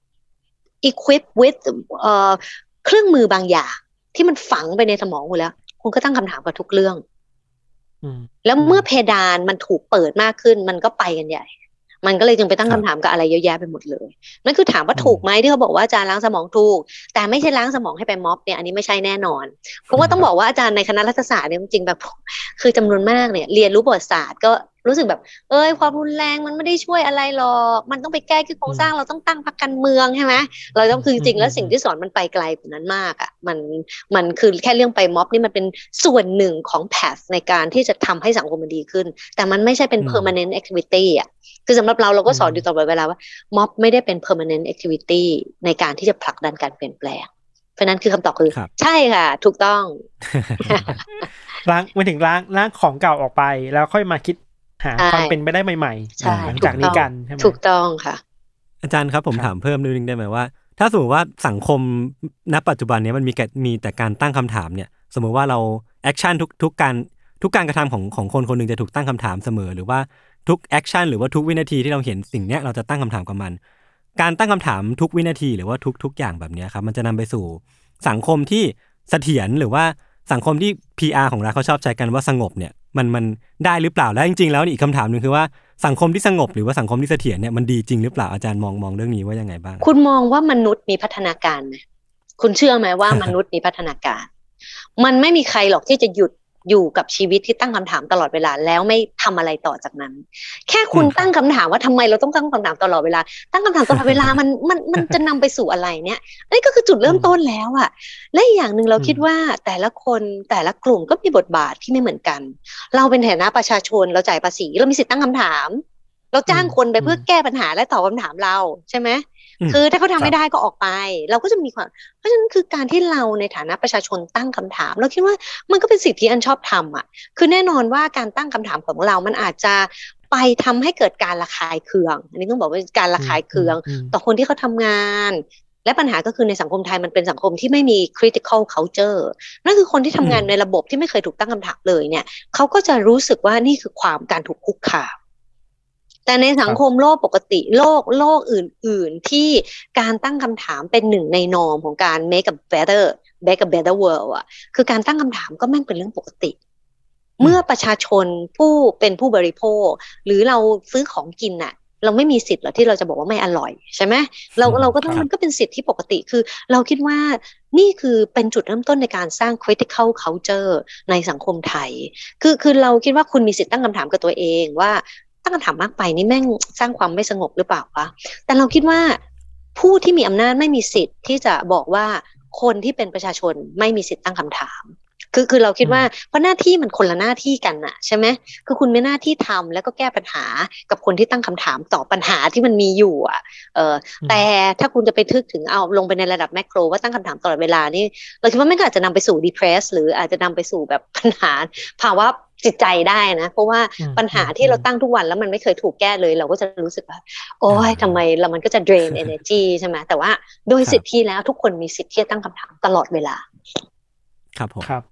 equip with เอ่อเครื่องมือบางอย่างที่มันฝังไปในสมองคุณแล้วคุณก็ตั้งคำถามกับทุกเรื่องแล้วเมื่อเพดานมันถูกเปิดมากขึ้นมันก็ไปกันใหญ่มันก็เลยจึงไปตั้งคำถามกับอะไรเยอะแยะไปหมดเลยนั่นคือถามว่าถูกไหมที่เขาบอกว่าอาจารย์ล้างสมองถูกแต่ไม่ใช่ล้างสมองให้ไปม็อบเนี่ยอันนี้ไม่ใช่แน่นอนเพราะว่าต้องบอกว่าอาจารย์ในคณะรัฐศาสตร์เนี่ยจริงๆแบบคือจำนวนมากเนี่ยเรียนรู้ประวัติศาสตร์ก็รู้สึกแบบเอ้ยความรุนแรงมันไม่ได้ช่วยอะไรหรอกมันต้องไปแก้ที่โครงสร้างเราต้องตั้งพรรคการเมืองใช่ไหมเราต้องคือจริงๆแล้วสิ่งที่สอนมันไปไกลกว่านั้นมากอ่ะมันมันคือแค่เรื่องไปม็อบนี่มันเป็นส่วนหนึ่งของแพทในการที่จะทำให้สังคมมันดีขึ้นแต่มันไม่ใช่เป็น permanent activity อ่ะคือสำหรับเราเราก็สอนอยู่ตลอดเวลาว่าม็อบไม่ได้เป็น permanent activity ในการที่จะผลักดันการเปลี่ยนแปลงเพราะนั้นคือคำตอบคือใช่ค่ะถูกต้องล้างไม่ถึงล้างล้างของเก่าออกไปแล้วค่อยมาคิดหาความเป็นไปได้ใหม่ๆหลังจากนี้กันใช่ไหมถูกต้องค่ะอาจารย์ครับผมถามเพิ่มนิดนึงได้ไหมว่าถ้าสมมติว่าสังคมณปัจจุบันนี้มันมีมีแต่การตั้งคำถามเนี่ยสมมติว่าเราแอคชั่นทุกทุกการทุกการกระทำของของคนคนนึงจะถูกตั้งคำถามเสมอหรือว่าทุกแอคชั่นหรือว่าทุกวินาทีที่เราเห็นสิ่งเนี้ยเราจะตั้งคำถามกับมันการตั้งคำถามทุกวินาทีหรือว่าทุกทุกอย่างแบบนี้ครับมันจะนำไปสู่สังคมที่เสถียรหรือว่าสังคมที่ พี อาร์ ของเราเขาชอบใช้กันว่าสงบเนี่ยมันมันได้หรือเปล่าแล้วจริงๆแล้วอีกคำถามนึงคือว่าสังคมที่สงบหรือว่าสังคมที่เสถียรเนี่ยมันดีจริงหรือเปล่าอาจารย์มองมองเรื่องนี้ว่ายังไงบ้างคุณมองว่ามนุษย์มีพัฒนาการไหมคุณเชื่อไหมว่ามนุษย์มีพัฒนาการมันไม่มีใครหรอกที่จะหยุดอยู่กับชีวิตที่ตั้งคำถามตลอดเวลาแล้วไม่ทำอะไรต่อจากนั้นแค่คุณตั้งคำถามว่าทำไมเราต้องตั้งคำถามตลอดเวลาตั้งคำถามตลอดเวลามันมันมันจะนำไปสู่อะไรเนี่ยนี่ก็คือจุดเริ่มต้นแล้วอะและอีกอย่างหนึ่งเราคิดว่าแต่ละคนแต่ละกลุ่มก็มีบทบาทที่ไม่เหมือนกันเราเป็นฐานะประชาชนเราจ่ายภาษีเรามีสิทธิ์ตั้งคำถามเราจ้างคนไปเพื่อแก้ปัญหาและตอบคำถามเราใช่ไหมคือถ้าเขาทำไม่ได้ก็ออกไปเราก็จะมีความเพราะฉะนั้นคือการที่เราในฐานะประชาชนตั้งคำถามเราคิดว่ามันก็เป็นสิ่งที่อันชอบทำอ่ะคือแน่นอนว่าการตั้งคำถามของเรามันอาจจะไปทำให้เกิดการระคายเคืองอันนี้ต้องบอกว่าการระคายเคืองต่อคนที่เขาทำงานและปัญหาก็คือในสังคมไทยมันเป็นสังคมที่ไม่มี critical culture นั่นคือคนที่ทำงานในระบบที่ไม่เคยถูกตั้งคำถามเลยเนี่ยเขาก็จะรู้สึกว่านี่คือความการถูกคุกคามแต่ในสังคมโลกปกติโลกโลกอื่นๆที่การตั้งคำถามเป็นหนึ่งในนอร์มของการ make a better make a better world อ่ะคือการตั้งคำถามก็แม่งเป็นเรื่องปกติเมื่อประชาชนผู้เป็นผู้บริโภคหรือเราซื้อของกินน่ะเราไม่มีสิทธิ์หรอกที่เราจะบอกว่าไม่อร่อยใช่ไหมเราเราก็ต้องมันก็เป็นสิทธิ์ที่ปกติคือเราคิดว่านี่คือเป็นจุดเริ่มต้นในการสร้าง critical culture ในสังคมไทยคือคือเราคิดว่าคุณมีสิทธิ์ตั้งคำถามกับตัวเองว่าตั้งคำถามมากไปนี่แม่งสร้างความไม่สงบหรือเปล่าวะแต่เราคิดว่าผู้ที่มีอำนาจไม่มีสิทธิ์ที่จะบอกว่าคนที่เป็นประชาชนไม่มีสิทธิ์ตั้งคำถามคือคือเราคิดว่าเพราะหน้าที่มันคนละหน้าที่กันน่ะใช่ไหมคือคุณมีหน้าที่ทำแล้วก็แก้ปัญหากับคนที่ตั้งคำถามต่อปัญหาที่มันมีอยู่อ่ะเออแต่ถ้าคุณจะไปทึกถึงเอาลงไปในระดับแมคโรว่าตั้งคำถามตลอดเวลานี่เราคิดว่าไม่ก็อาจจะนำไปสู่ depress หรืออาจจะนำไปสู่แบบปัญหาภาวะจิตใจได้นะเพราะว่าปัญหาที่เราตั้งทุกวันแล้วมันไม่เคยถูกแก้เลยเราก็จะรู้สึกว่าโอ๊ยทำไมแล้วมันก็จะ drain energy ใช่ไหมแต่ว่าโดยสิทธิแล้วทุกคนมีสิทธิ์ที่จะตั้งคำถามตลอดเวลาครับผมครับ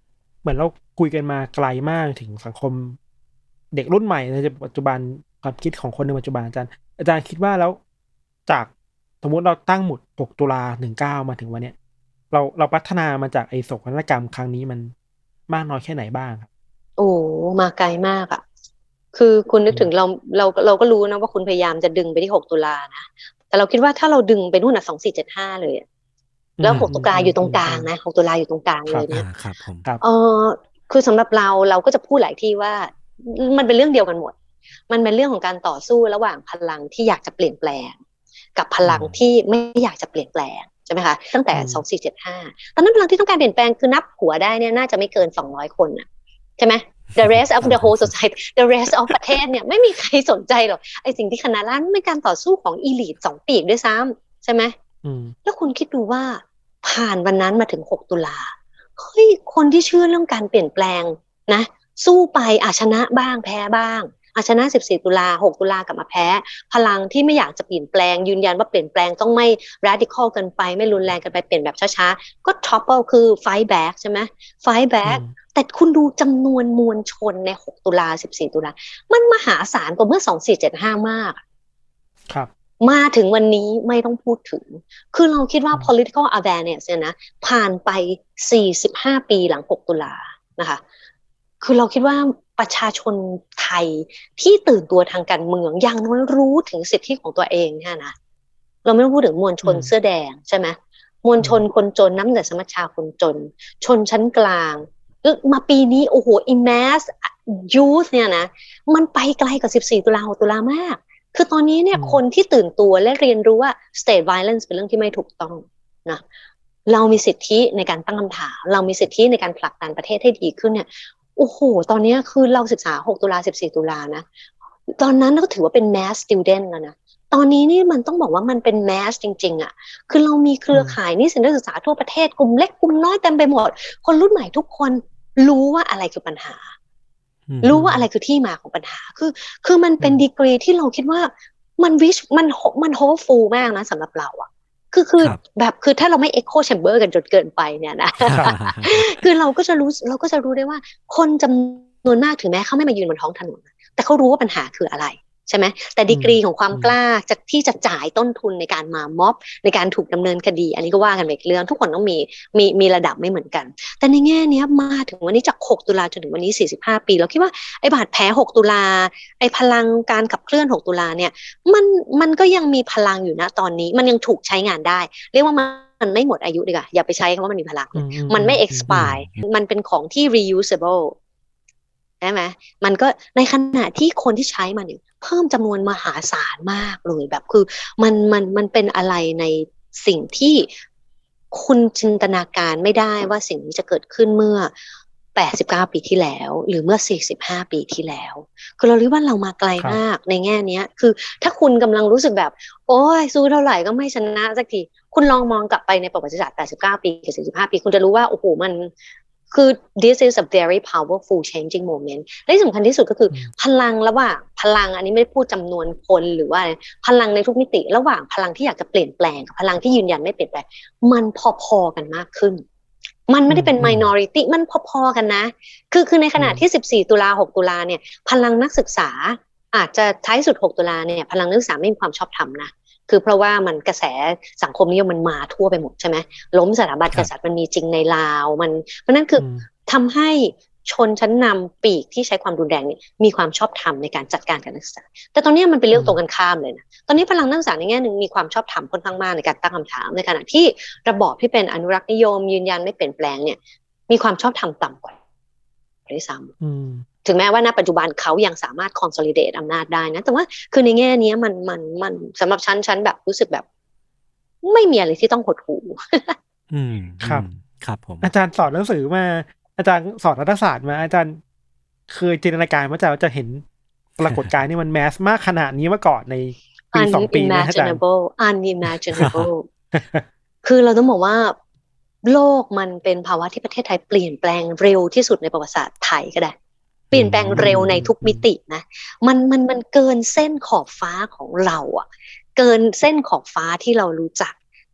เหมือนเราคุยกันมาไกลมากถึงสังคมเด็กรุ่นใหม่ในปัจจุบันความคิดของคนในปัจจุบันอาจารย์อาจารย์คิดว่าแล้วจากสมมุติเราตั้งหมุดหกตุลาหนึ่งเก้ามาถึงวันเนี้ยเราเราพัฒนามาจากไอ้โศกนาฏกรรมครั้งนี้มันมากน้อยแค่ไหนบ้างครับโอ้มาไกลมากอ่ะคือคุณนึกถึงเราเราเราก็รู้นะว่าคุณพยายามจะดึงไปที่หกตุลานะแต่เราคิดว่าถ้าเราดึงไปนู่นน่ะสองสี่เจ็ดห้าเลยแล้วหกตุลาอยู่ตรงกลางนะหกตุลาอยู่ตรงกลางเลยเนี่ยครับผมเออคือสำหรับเราเราก็จะพูดหลายที่ว่ามันเป็นเรื่องเดียวกันหมดมันเป็นเรื่องของการต่อสู้ระหว่างพลังที่อยากจะเปลี่ยนแปลงกับพลังที่ไม่อยากจะเปลี่ยนแปลงใช่ไหมคะตั้งแต่สองสี่เจ็ดห้าตอนนั้นพลังที่ต้องการเปลี่ยนแปลงคือนับหัวได้เนี่ยน่าจะไม่เกินสองร้อยคนน่ะใช่ไหม the rest of the whole society the rest of ประเทศเนี่ยไม่มีใครสนใจหรอกไอสิ่งที่คณะรัฐเป็นการต่อสู้ของอีลิทสองปีกด้วยซ้ำใช่ไหมแล้วคุณคิดดูว่าผ่านวันนั้นมาถึงหกตุลาเฮ้ยคนที่เชื่อเรื่องการเปลี่ยนแปลงนะสู้ไปอาชนะบ้างแพ้บ้างอาชนะสิบสี่ตุลาหกตุลากลับมาแพ้พลังที่ไม่อยากจะเปลี่ยนแปลงยืนยันว่าเปลี่ยนแปลงต้องไม่ radical เกินไปไม่รุนแรงเกินไปเปลี่ยนแบบช้าๆก็ topple คือ fight back ใช่ไหม fight back แต่คุณดูจำนวนมวลชนในหกตุลาสิบสี่ตุลามันมหาศาลกว่าเมื่อสองสี่เจ็ดห้ามากครับมาถึงวันนี้ไม่ต้องพูดถึงคือเราคิดว่า political awareness เนี่ยนะผ่านไปสี่สิบห้าปีหลังหกตุลานะคะคือเราคิดว่าประชาชนไทยที่ตื่นตัวทางการเมืองอย่างน้อยรู้ถึงสิทธิของตัวเองเนี่ยนะเราไม่ต้องพูดถึงมวลชนเสื้อแดงใช่ไหมมวลชนคนจนน้ำแต่สมัชชาคนจนชนชั้นกลางมาปีนี้โอ้โห immass youth เนี่ยนะมันไปไกลกว่าสิบสี่ตุลาหกตุลามากคือตอนนี้เนี่ยคนที่ตื่นตัวและเรียนรู้ว่า state violence เป็นเรื่องที่ไม่ถูกต้องนะเรามีสิทธิในการตั้งคำถามเรามีสิทธิในการผลักดันประเทศให้ดีขึ้นเนี่ยโอ้โหตอนนี้คือเราศึกษาหกตุลาสิบสี่ตุลานะตอนนั้นก็ถือว่าเป็น mass student แล้วนะตอนนี้นี่มันต้องบอกว่ามันเป็น mass จริงๆอ่ะคือเรามีเครือข่ายนิสิตนักศึกษาทั่วประเทศกลุ่มเล็กกลุ่มน้อยเต็มไปหมดคนรุ่นใหม่ทุกคนรู้ว่าอะไรคือปัญหารู้ว่าอะไรคือที่มาของปัญหาคือคือมันเป็นดีกรีที่เราคิดว่ามันวิชมันมันโฮปฟูลมากนะสำหรับเราอ่ะคือคือแบบคือถ้าเราไม่ echo chamber กันจนเกินไปเนี่ยนะ คือเราก็จะรู้เราก็จะรู้ได้ว่าคนจำนวนมากถึงแม้เขาไม่มายืนบนท้องถนนแต่เขารู้ว่าปัญหาคืออะไรใช่ไหมแต่ดีกรีของความกล้าจะที่จะจ่ายต้นทุนในการมาม็อบในการถูกดำเนินคดีอันนี้ก็ว่ากันไปอีกเรื่องทุกคนต้องมีมีมีระดับไม่เหมือนกันแต่ในแง่นี้มาถึงวันนี้จากหกตุลาจนถึงวันนี้สี่สิบห้าปีเราคิดว่าไอ้บาดแผลหกตุลาไอ้พลังการขับเคลื่อนหกตุลาเนี่ยมันมันก็ยังมีพลังอยู่นะตอนนี้มันยังถูกใช้งานได้เรียกว่ามันไม่หมดอายุดีกว่าอย่าไปใช้คำว่ามันมีพลังมันไม่ expire มันเป็นของที่ reusable ใช่ไหมมันก็ในขณะที่คนที่ใช้มันเนี่ยเพิ่มจำนวนมหาศาลมากเลยแบบคือมันมันมันเป็นอะไรในสิ่งที่คุณจินตนาการไม่ได้ว่าสิ่งนี้จะเกิดขึ้นเมื่อแปดสิบเก้าปีที่แล้วหรือเมื่อสี่สิบห้าปีที่แล้วคือเราเรียกว่าเรามาไกลมากในแง่นี้คือถ้าคุณกำลังรู้สึกแบบโอ้ยสู้เท่าไหร่ก็ไม่ชนะสักทีคุณลองมองกลับไปในประวัติศาสตร์แปดสิบเก้าปีกับสี่สิบห้าปีคุณจะรู้ว่าโอ้โหมันคือ this is a very powerful changing moment และที่สำคัญที่สุดก็คือพลังระหว่างพลังอันนี้ไม่ได้พูดจำนวนคนหรือว่าพลังในทุกมิติระหว่างพลังที่อยากจะเปลี่ยนแปลงกับพลังที่ยืนยันไม่เปลี่ยนแปลงมันพอๆกันมากขึ้นมันไม่ได้เป็น minority มันพอๆกันนะคือคือในขณะที่สิบสี่ตุลาหกตุลาเนี่ยพลังนักศึกษาอาจจะท้ายสุดหกตุลาเนี่ยพลังนักศึกษาไม่มีความชอบธรรมนะคือเพราะว่ามันกระแสสังคมนิยมมันมาทั่วไปหมดใช่ไหมล้มสถาบันกษัตริย์มันมีจริงในลาวมันเพราะนั้นคือทำให้ชนชั้นนำปีกที่ใช้ความรุนแรงเนี่ยมีความชอบธรรมในการจัดการกับนักศึกษาแต่ตอนนี้มันเป็นเรื่องตรงกันข้ามเลยนะตอนนี้พลังนักศึกษาในแง่หนึ่งมีความชอบธรรมค่อนข้างมากในการตั้งคำถามในขณะที่ระบอบที่เป็นอนุรักษ์นิยมยืนยันไม่เปลี่ยนแปลงเนี่ยมีความชอบธรรมต่ำกว่าด้วยซ้ำถึงแม้ว่าณปัจจุบันเขายังสามารถ consolidate อำนาจได้นะแต่ว่าคือในแง่นี้มันมันมันสำหรับฉันฉันแบบรู้สึกแบบไม่มีอะไรที่ต้องหดหู่อืมครับครับผมอาจารย์สอนหนังสือมาอาจารย์สอนรัฐศาสตร์มาอาจารย์เคยจินตนาการว่าจะจะเห็นปรากฏการณ์นี่มันแมสมากขนาดนี้มาก่อนในปีสองปีนะอาจารย์ unimaginable unimaginable คือเราต้องบอกว่าโลกมันเป็นภาวะที่ประเทศไทยเปลี่ยนแปลงเร็วที่สุดในประวัติศาสตร์ไทยก็ได้เปลี่ยนแปลงเร็วในทุกมิตินะมันมันมันเกินเส้นขอบฟ้าของเราอ่ะเกินเส้นขอบฟ้าที่เรารู้จัก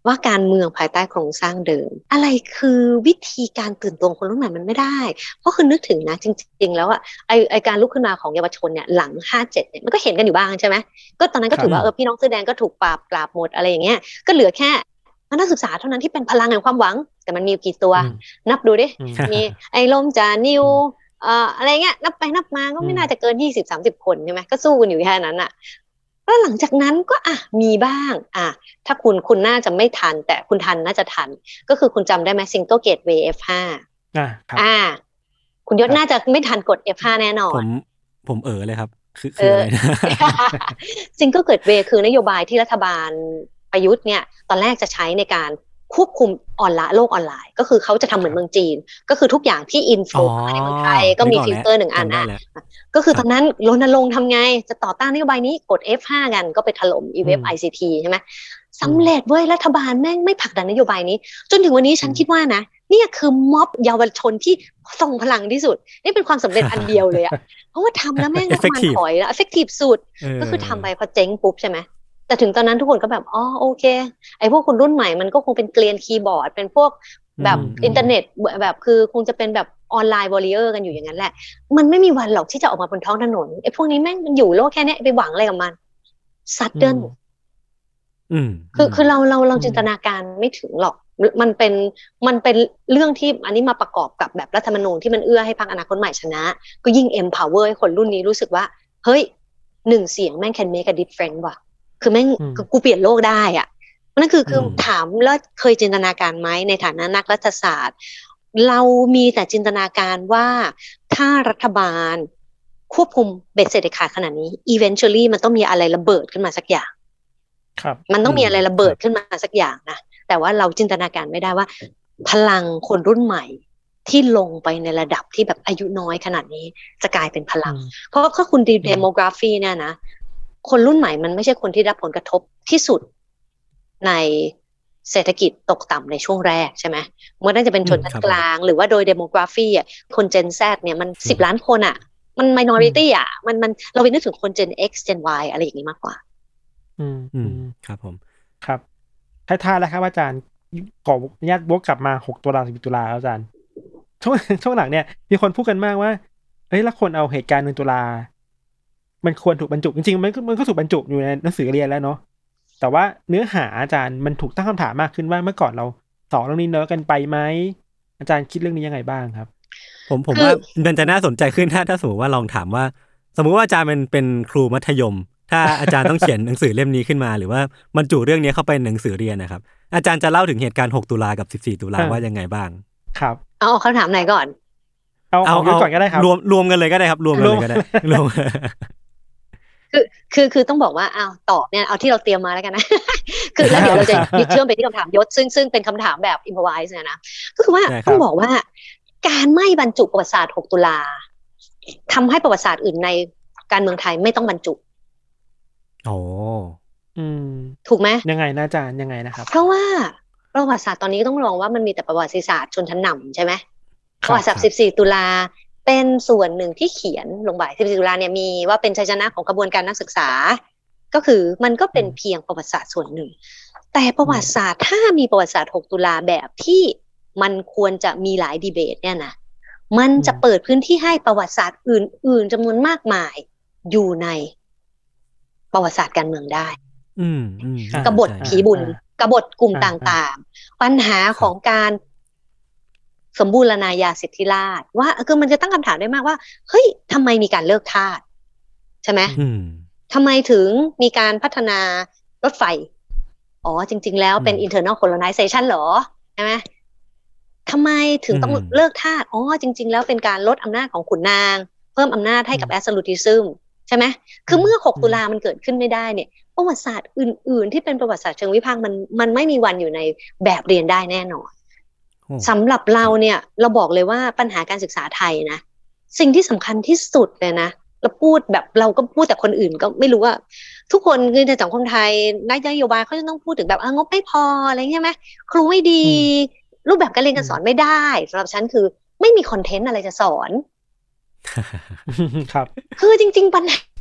ว่าการเมืองภายใต้โครงสร้างเดิมอะไรคือวิธีการตื่นตัวคนรุ่นใหม่มันไม่ได้เพราะคือนึกถึงนะจริงๆแล้วอะไอไอการลุกขึ้นมาของเยาวชนเนี่ยหลังห้าเจ็ดเนี่ยมันก็เห็นกันอยู่บ้างใช่ไหมก็ตอนนั้นก็ถือว่าเออพี่น้องเสื้อแดงก็ถูกปราบปราบหมดอะไรอย่างเงี้ยก็เหลือแค่นักศึกษาเท่านั้นที่เป็นพลังแห่งความหวังแต่มันมีกี่ตัวนับดูดิมีไอ้ลมจานิวเอ่ออะไรเงี้ยนับไปนับมาก็ไม่น่าจะเกินยี่สิบสามสิบคนใช่ไหมก็สู้กันอยู่แค่นั้นอะแล้วหลังจากนั้นก็อ่ะมีบ้างอ่ะถ้าคุณคุณน่าจะไม่ทันแต่คุณทันน่าจะทันก็คือคุณจำได้ไหมซิงเกิลเกตเวย์ เอฟ ห้าอ่าครับอ่าคุณยศน่าจะไม่ทันกด เอฟ ห้า แน่นอนผมผมเออเลยครับคือคืออะไรนะซิงเกิลเกตเวย์คือนโยบายที่รัฐบาลประยุทธ์เนี่ยตอนแรกจะใช้ในการควบคุมออนไลน์โลกออนไลน์ก็คือเขาจะทำเหมือนเมืองจีนก็คือทุกอย่างที่อินโฟมาในเมืองไทยก็มีฟิลเตอร์หนึ่งอันนะก็คือตอนนั้นรณรงค์ทำไงจะต่อต้านนโยบายนี้กด เอฟ ห้า กันก็ไปถล่มอีเว็บ ไอ ซี ที ใช่ไหมสำเร็จเว้ยรัฐบาลแม่งไม่ผลักดันนโยบายนี้จนถึงวันนี้ฉันคิดว่านะนี่คือม็อบเยาวชนที่ทรงพลังที่สุดนี่เป็นความสำเร็จอันเดียวเลยอะเพราะว่าทำแล้วแม่งรัฐบาลถอยแล้ว effective สุดก็คือทำไปพอเจ๊งปุ๊บใช่ไหมแต่ถึงตอนนั้นทุกคนก็แบบอ๋อโอเคไอ้พวกคนรุ่นใหม่มันก็คงเป็นเกลียนคีย์บอร์ดเป็นพวกแบบอินเทอร์เน็ตแบบคือคงจะเป็นแบบออนไลน์วอริเออร์กันอยู่อย่างนั้นแหละมันไม่มีวันหรอกที่จะออกมาบนท้องถนนไอ้พวกนี้แม่งมันอยู่โลกแค่นี้ไปหวังอะไรกับมันซัดเดิลคือคือเราเราเราจินตนาการไม่ถึงหรอกมันเป็นมันเป็นเรื่องที่อันนี้มาประกอบกับแบบรัฐธรรมนูญที่มันเอื้อให้พรรคอนาคตใหม่ชนะก็ยิ่ง empower ให้คนรุ่นนี้รู้สึกว่าเฮ้ยหนึ่งเสียงแม่ง can make a difference ว่ะคือแม่งกูเปลี่ยนโลกได้อ่ะนั่นคือคือถามแล้วเคยจินตนาการไหมในฐานะนักรัฐศาสตร์เรามีแต่จินตนาการว่าถ้ารัฐบาลควบคุมเบ็ดเสร็จขาดขนาดนี้ eventually มันต้องมีอะไรระเบิดขึ้นมาสักอย่างครับมันต้องมีอะไรระเบิดขึ้นมาสักอย่างนะแต่ว่าเราจินตนาการไม่ได้ว่าพลังคนรุ่นใหม่ที่ลงไปในระดับที่แบบอายุน้อยขนาดนี้จะกลายเป็นพลังเพราะถ้าคุณดูเดโมกราฟีเนี่ยนะคนรุ่นใหม่มันไม่ใช่คนที่รับผลกระทบที่สุดในเศรษฐกิจตกต่ำในช่วงแรกใช่ไหมมันน่าจะเป็นชนชั้นกลางหรือว่าโดยเดโมกราฟีอ่ะคน Gen Z เนี่ยมันสิบล้านคนอ่ะมัน minority อ่ะมันมันเราไปนึกถึงคน Gen X Gen Y อะไรอย่างนี้มากกว่าอืมอืมครับผมครับท้ายๆแล้วครับอาจารย์ขออนุญาตวกกลับมาหกตุลาสิบตุลาอาจารย์ช่วงช่วงหลังเนี่ยมีคนพูดกันมากว่าเอ้ยแล้วคนเอาเหตุการณ์หนึ่งตุลามันควรถูกบรรจุจริงๆมันก็มันก็ถูกบรรจุอยู่ในหนังสือเรียนแล้วเนาะแต่ว่าเนื้อหาอาจารย์มันถูกตั้งคำถามมากขึ้นว่าเมื่อก่อนเราสอนเรื่องนี้เนอะกันไปไหมอาจารย์คิดเรื่องนี้ยังไงบ้างครับผมผมว่ามันจะน่าสนใจขึ้นถ้าถ้าสมมติว่าลองถามว่าสมมุติว่าอาจารย์เป็นเป็นครูมัธยมถ้าอาจารย์ต้องเขียนหนังสือเล่มนี้ขึ้นมาหรือว่าบรรจุเรื่องนี้เข้าไปในหนังสือเรียนนะครับอาจารย์จะเล่าถึงเหตุการณ์หกตุลากับสิบสี่ตุลาว่ายังไงบ้างครับเอาคำถามไหนก่อนเอาเอาก่อนก็ได้ครับรวมรวมกันเลยก็ได้ครับรวมกันเลยก็ได้รวมคือคือคือต้องบอกว่าอ้าวตอบเนี่ยเอาที่เราเตรียมมาแล้วกันนะคือแล้วเดี๋ยวเราจะยึดเชื่อมไปที่คำถามยศซึ่งซึ่งเป็นคำถามแบบ improvise เนี่ยนะก็คือว่าต้องบอกว่าการไม่บรรจุประวัติศาสตร์หกตุลาทำให้ประวัติศาสตร์อื่นในการเมืองไทยไม่ต้องบรรจุโอ้อืมถูกไหมยังไงนะอาจารย์ยังไงนะครับเพราะว่าประวัติศาสตร์ตอนนี้ต้องมองว่ามันมีแต่ประวัติศาสตร์ชนชั้นนำใช่ไหมประวัติศาสตร์สิบสี่ตุลาเป็นส่วนหนึ่งที่เขียนลงไปสิบสี่ตุลาเนี่ยมีว่าเป็นชัยชนะของกระบวนการนักศึกษาก็คือมันก็เป็นเพียงประวัติศาสตร์ส่วนหนึ่งแต่ประวัติศาสตร์ถ้ามีประวัติศาสตร์หกตุลาแบบที่มันควรจะมีหลายดีเบตเนี่ยนะมันจะเปิดพื้นที่ให้ประวัติศาสตร์อื่นๆจำนวนมากมายอยู่ในประวัติศาสตร์การเมืองได้กบฏผีบุญกบฏกลุ่มต่างๆปัญหาของการสมบูรณาญาสิทธิราชย์ว่าคือมันจะตั้งคำถามได้มากว่าเฮ้ยทำไมมีการเลิกทาสใช่ไหมทำไมถึงมีการพัฒนารถไฟอ๋อจริงๆแล้วเป็น internal colonization เหรอใช่ไหมทำไมถึงต้องเลิกทาสอ๋อจริงๆแล้วเป็นการลดอำนาจของขุนนางเพิ่มอำนาจให้กับ absolutism ใช่ไหมคือเมื่อหกตุลามันเกิดขึ้นไม่ได้เนี่ยประวัติศาสตร์อื่นๆที่เป็นประวัติศาสตร์เชิงวิพากษ์มันมันไม่มีวันอยู่ในแบบเรียนได้แน่นอนสำหรับเราเนี่ยเราบอกเลยว่าปัญหาการศึกษาไทยนะสิ่งที่สำคัญที่สุดเลยนะเราพูดแบบเราก็พูดแต่คนอื่นก็ไม่รู้ว่าทุกคนคือในสังคมไทยนโยบายเขาจะต้องพูดถึงแบบงบไม่พออะไรเงี้ยไหมครูไม่ดีรูปแบบการเรียนการสอนไม่ได้สำหรับฉันคือไม่มีคอนเทนต์อะไรจะสอนครับคือจริงๆปัญหา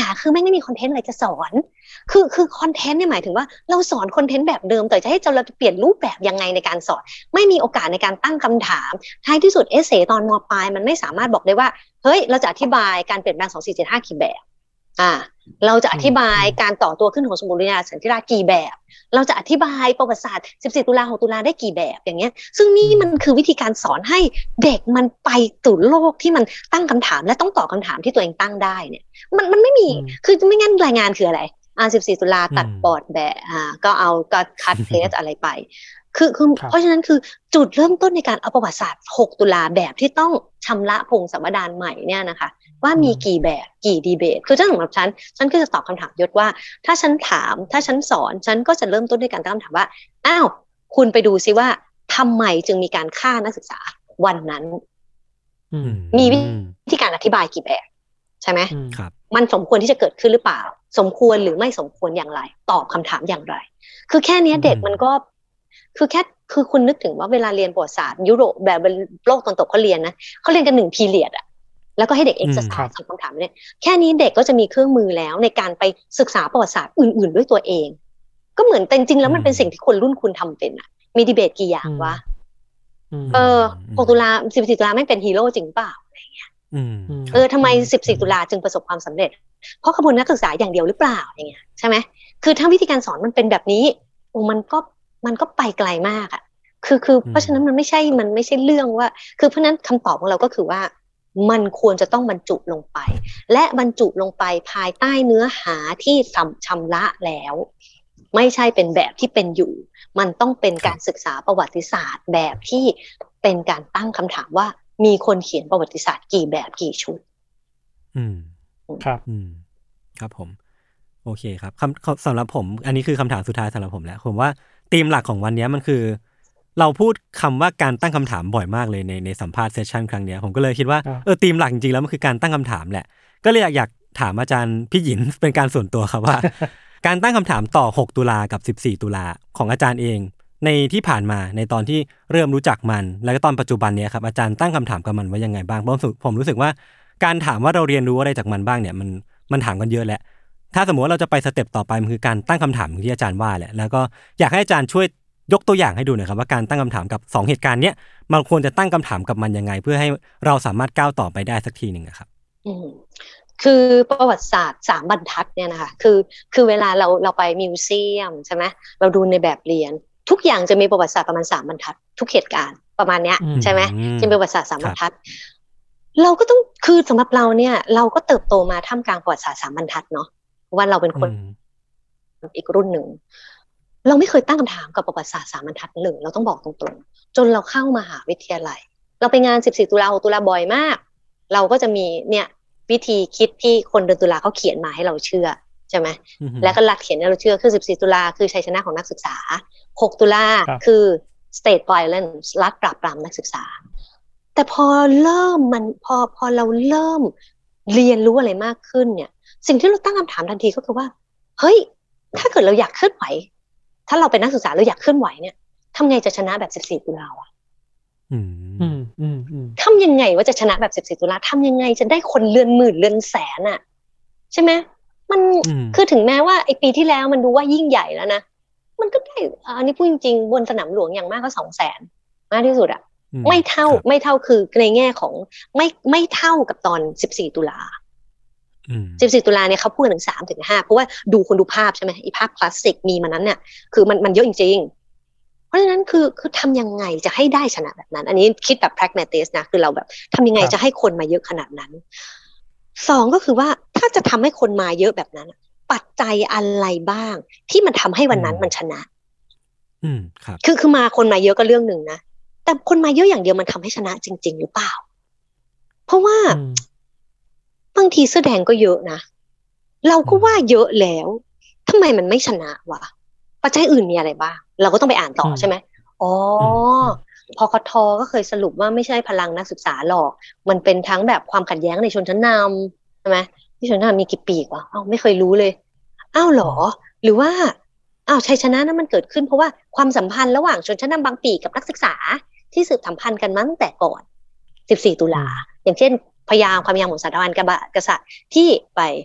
คือไม่ได้มีคอนเทนต์อะไรจะสอนคือคือคอนเทนต์เนี่ยหมายถึงว่าเราสอนคอนเทนต์แบบเดิมแต่จะให้เราเปลี่ยนรูปแบบยังไงในการสอนไม่มีโอกาสในการตั้งคำถามท้ายที่สุดเอเซตอนม.ปลายมันไม่สามารถบอกได้ว่าเฮ้ยเราจะอธิบายการเปลี่ยนแปลงสองสี่เจ็ดห้ากี่แบบอ่าเราจะอธิบายการต่อตัวขึ้นของสมบูรณาญาสันติราษฎร์กี่แบบเราจะอธิบายประวัติศาสตร์สิบสี่ตุลาหกตุลาได้กี่แบบอย่างเงี้ยซึ่งนี่มันคือวิธีการสอนให้เด็กมันไปสู่โลกที่มันตั้งคำถามและต้องตอบคำถามที่ตัวเองตั้งได้เนี่ยมันมันไม่มีคือไม่งั้นรายงานคืออะไรอ่าสิบสี่ตุลาตัดบอร์ดแบบอ่าก็เอาก็คัดเพสอะไรไปคือคือเพราะฉะนั้นคือจุดเริ่มต้นในการเอาประวัติศาสตร์หกตุลาแบบที่ต้องชำระพงศาวดารใหม่เนี่ยนะคะว่ามีกี่แบบกี่ดีเบตคือถ้าสำหรับฉันฉันก็จะตอบคำถามยศว่าถ้าฉันถามถ้าฉันสอนฉันก็จะเริ่มต้นด้วยการตั้งคำถามว่าอ้าวคุณไปดูซิว่าทำไมจึงมีการฆ่านักศึกษาวันนั้นมีวิธีการอธิบายกี่แบบใช่ไหมครับมันสมควรที่จะเกิดขึ้นหรือเปล่าสมควรหรือไม่สมควรอย่างไรตอบคำถามอย่างไรคือแค่นี้เด็กมันก็คือแค่คือคุณนึกถึงว่าเวลาเรียนประวัติศาสตร์ยุโรปแบบโลกตะวันตกเขาเรียนนะเขาเรียนกันหนึ่งพีเรียดอะแล้วก็ให้เด็กเอ็กซ์ไซส์ทำคำถามเนี่ยแค่นี้เด็กก็จะมีเครื่องมือแล้วในการไปศึกษาประวัติศาสตร์อื่นๆด้วยตัวเองก็เหมือนแต่จริงๆแล้วมันเป็นสิ่งที่คนรุ่นคุณทำเป็นอะมีดีเบตกี่อย่างวะเออหกตุลาสิบสี่ตุลาไม่เป็นฮีโร่จริงเปล่าอะไรเงี้ยเออทำไมสิบสี่ตุลาจึงประสบความสำเร็จเพราะขบวนนักศึกษาอย่างเดียวหรือเปล่าอย่างเงี้ยใช่ไหมคือถ้าวิธีการสอนมันเป็นแบบนี้โอ้มันก็มันก็ไปไกลมากอะคือคือเพราะฉะนั้นมันไม่ใช่มันไม่ใช่เรื่องว่าคือเพราะนั้นคำตอบของเราก็คือว่ามันควรจะต้องบรรจุลงไปและบรรจุลงไปภายใต้เนื้อหาที่ชำระแล้วไม่ใช่เป็นแบบที่เป็นอยู่มันต้องเป็นการศึกษาประวัติศาสตร์แบบที่เป็นการตั้งคำถามว่ามีคนเขียนประวัติศาสตร์กี่แบบกี่ชุดอืมครับอืมครับผมโอเคครับคำสำหรับผมอันนี้คือคำถามสุดท้ายสำหรับผมแล้วผมว่าธีมหลักของวันนี้มันคือเราพูดคำว่าการตั้งคำถามบ่อยมากเลยในในสัมภาษณ์เซสชั่นครั้งนี้ผมก็เลยคิดว่าเออธีมหลักจริงๆแล้วมันคือการตั้งคำถามแหละก็เลยอยากถามอาจารย์พี่หยินเป็นการส่วนตัวครับว่า การตั้งคำถามต่อหกตุลากับสิบสี่ตุลาของอาจารย์เองในที่ผ่านมาในตอนที่เริ่มรู้จักมันแล้วก็ตอนปัจจุบันนี้ครับอาจารย์ตั้งคำถามกับมันไว้ยังไงบ้างเพราะผมรู้สึกว่าการถามว่าเราเรียนรู้อะไรจากมันบ้างเนี่ยมันมันถามกันเยอะแหละถ้าสมมติว่าเราจะไปสเต็ปต่อไปมันคือการตั้งคำถามที่อาจารย์ว่าแหละแล้วก็อยากให้อาจารย์ช่วยยกตัวอย่างให้ดูหน่อยครับว่าการตั้งคำถามกับสองเหตุการณ์เนี้ยมันควรจะตั้งคำถามกับมันยังไงเพื่อให้เราสามารถก้าวต่อไปได้สักทีนึงครับอืมคือประวัติศาสตร์สามบรรทัดเนี่ยนะคะคือคือเวลาเราเราไปมิวเซียมใช่ไหมเราดูในแบบเรียนทุกอย่างจะมีประวัติศาสตร์ประมาณสามบรรทัดทุกเหตุการณ์ประมาณเนี้ยใช่ไหมจะเป็นประวัติศาสตร์สามบรรทัดเราก็ต้องคือสำหรับเราเนี่ยเราก็เติบโตมาท่ามกลางประวัติศาสตร์สามบรรทัดเนาะว่าเราเป็นคนอีกรุ่นหนึ่งเราไม่เคยตั้งคำถามกับประวัติศาสตร์สามบรรทัดเลยเราต้องบอกตรงๆจนเราเข้ามหาวิทยาลัยเราไปงานสิบสี่ตุลาหกตุลาบ่อยมากเราก็จะมีเนี่ยวิธีคิดที่คนเดือนตุลาเขาเขียนมาให้เราเชื่อใช่ไหม mm-hmm. แล้วก็หลักเขียนให้เราเชื่อคือสิบสี่ตุลาคือชัยชนะของนักศึกษาหกตุลาคือ state violence รัฐปราบปรามนักศึกษาแต่พอเริ่มมันพอพอเราเริ่มเรียนรู้อะไรมากขึ้นเนี่ยสิ่งที่เราตั้งคำถามทันทีก็คือว่าเฮ้ยถ้าเกิดเราอยากเคลื่อนไหวถ้าเราเป็นนักศึกษาเราอยากเคลื่อนไหวเนี่ยทำไงจะชนะแบบสิบสี่ตุลาอ่ะอืมอืมอืมอืมทำยังไงว่าจะชนะแบบสิบสี่ตุลาทำยังไงจะได้คนเรือนหมื่นเรือนแสนอ่ะใช่ไหมมันคือถึงแม้ว่าไอ้ปีที่แล้วมันดูว่ายิ่งใหญ่แล้วนะมันก็ได้อันนี้พูดจริงๆบนสนามหลวงอย่างมากก็สองแสนมากที่สุดอ่ะไม่เท่าไม่เท่าคือในแง่ของไม่ไม่เท่ากับตอนสิบสี่ตุลาสิบสี่ตุลาเนี่ยเขาพูดถึงสามถึงห้าเพราะว่าดูคนดูภาพใช่ไหมไอ้ภาพคลาสสิกมีมันนั้นเนี่ยคือมันมันเยอะจริงๆเพราะฉะนั้นคือคือทำยังไงจะให้ได้ชนะแบบนั้นอันนี้คิดแบบ pragmatist นะคือเราแบบทำยังไงจะให้คนมาเยอะขนาดนั้นสองก็คือว่าถ้าจะทำให้คนมาเยอะแบบนั้นปัจจัยอะไรบ้างที่มันทำให้วันนั้นมันชนะอืมครับคือคือมาคนมาเยอะก็เรื่องหนึ่งนะแต่คนมาเยอะอย่างเดียวมันทำให้ชนะจริงๆหรือเปล่าเพราะว่าบางทีเสื้อแดงก็เยอะนะเราก็ว่าเยอะแล้วทำไมมันไม่ชนะวะปัจจัยอื่นมีอะไรบ้างเราก็ต้องไปอ่านต่อใช่ไหมอ๋อพคท.ก็เคยสรุปว่าไม่ใช่พลังนักศึกษาหรอกมันเป็นทั้งแบบความขัดแย้งในชนชั้นนำใช่ไหมที่ชนชั้นนำมีกี่ปีกวะอ้าวไม่เคยรู้เลยอ้าวหรอหรือว่าอ้าวชัยชนะนั้นมันเกิดขึ้นเพราะว่าความสัมพันธ์ระหว่างชนชั้นนำบางปีกกับนักศึกษาที่สืบสัมพันธ์กันมาตั้งแต่ก่อนสิบสี่ตุลาอย่างเช่นพยายามความพยายามของสถาบันกษัตริย์ที่ไป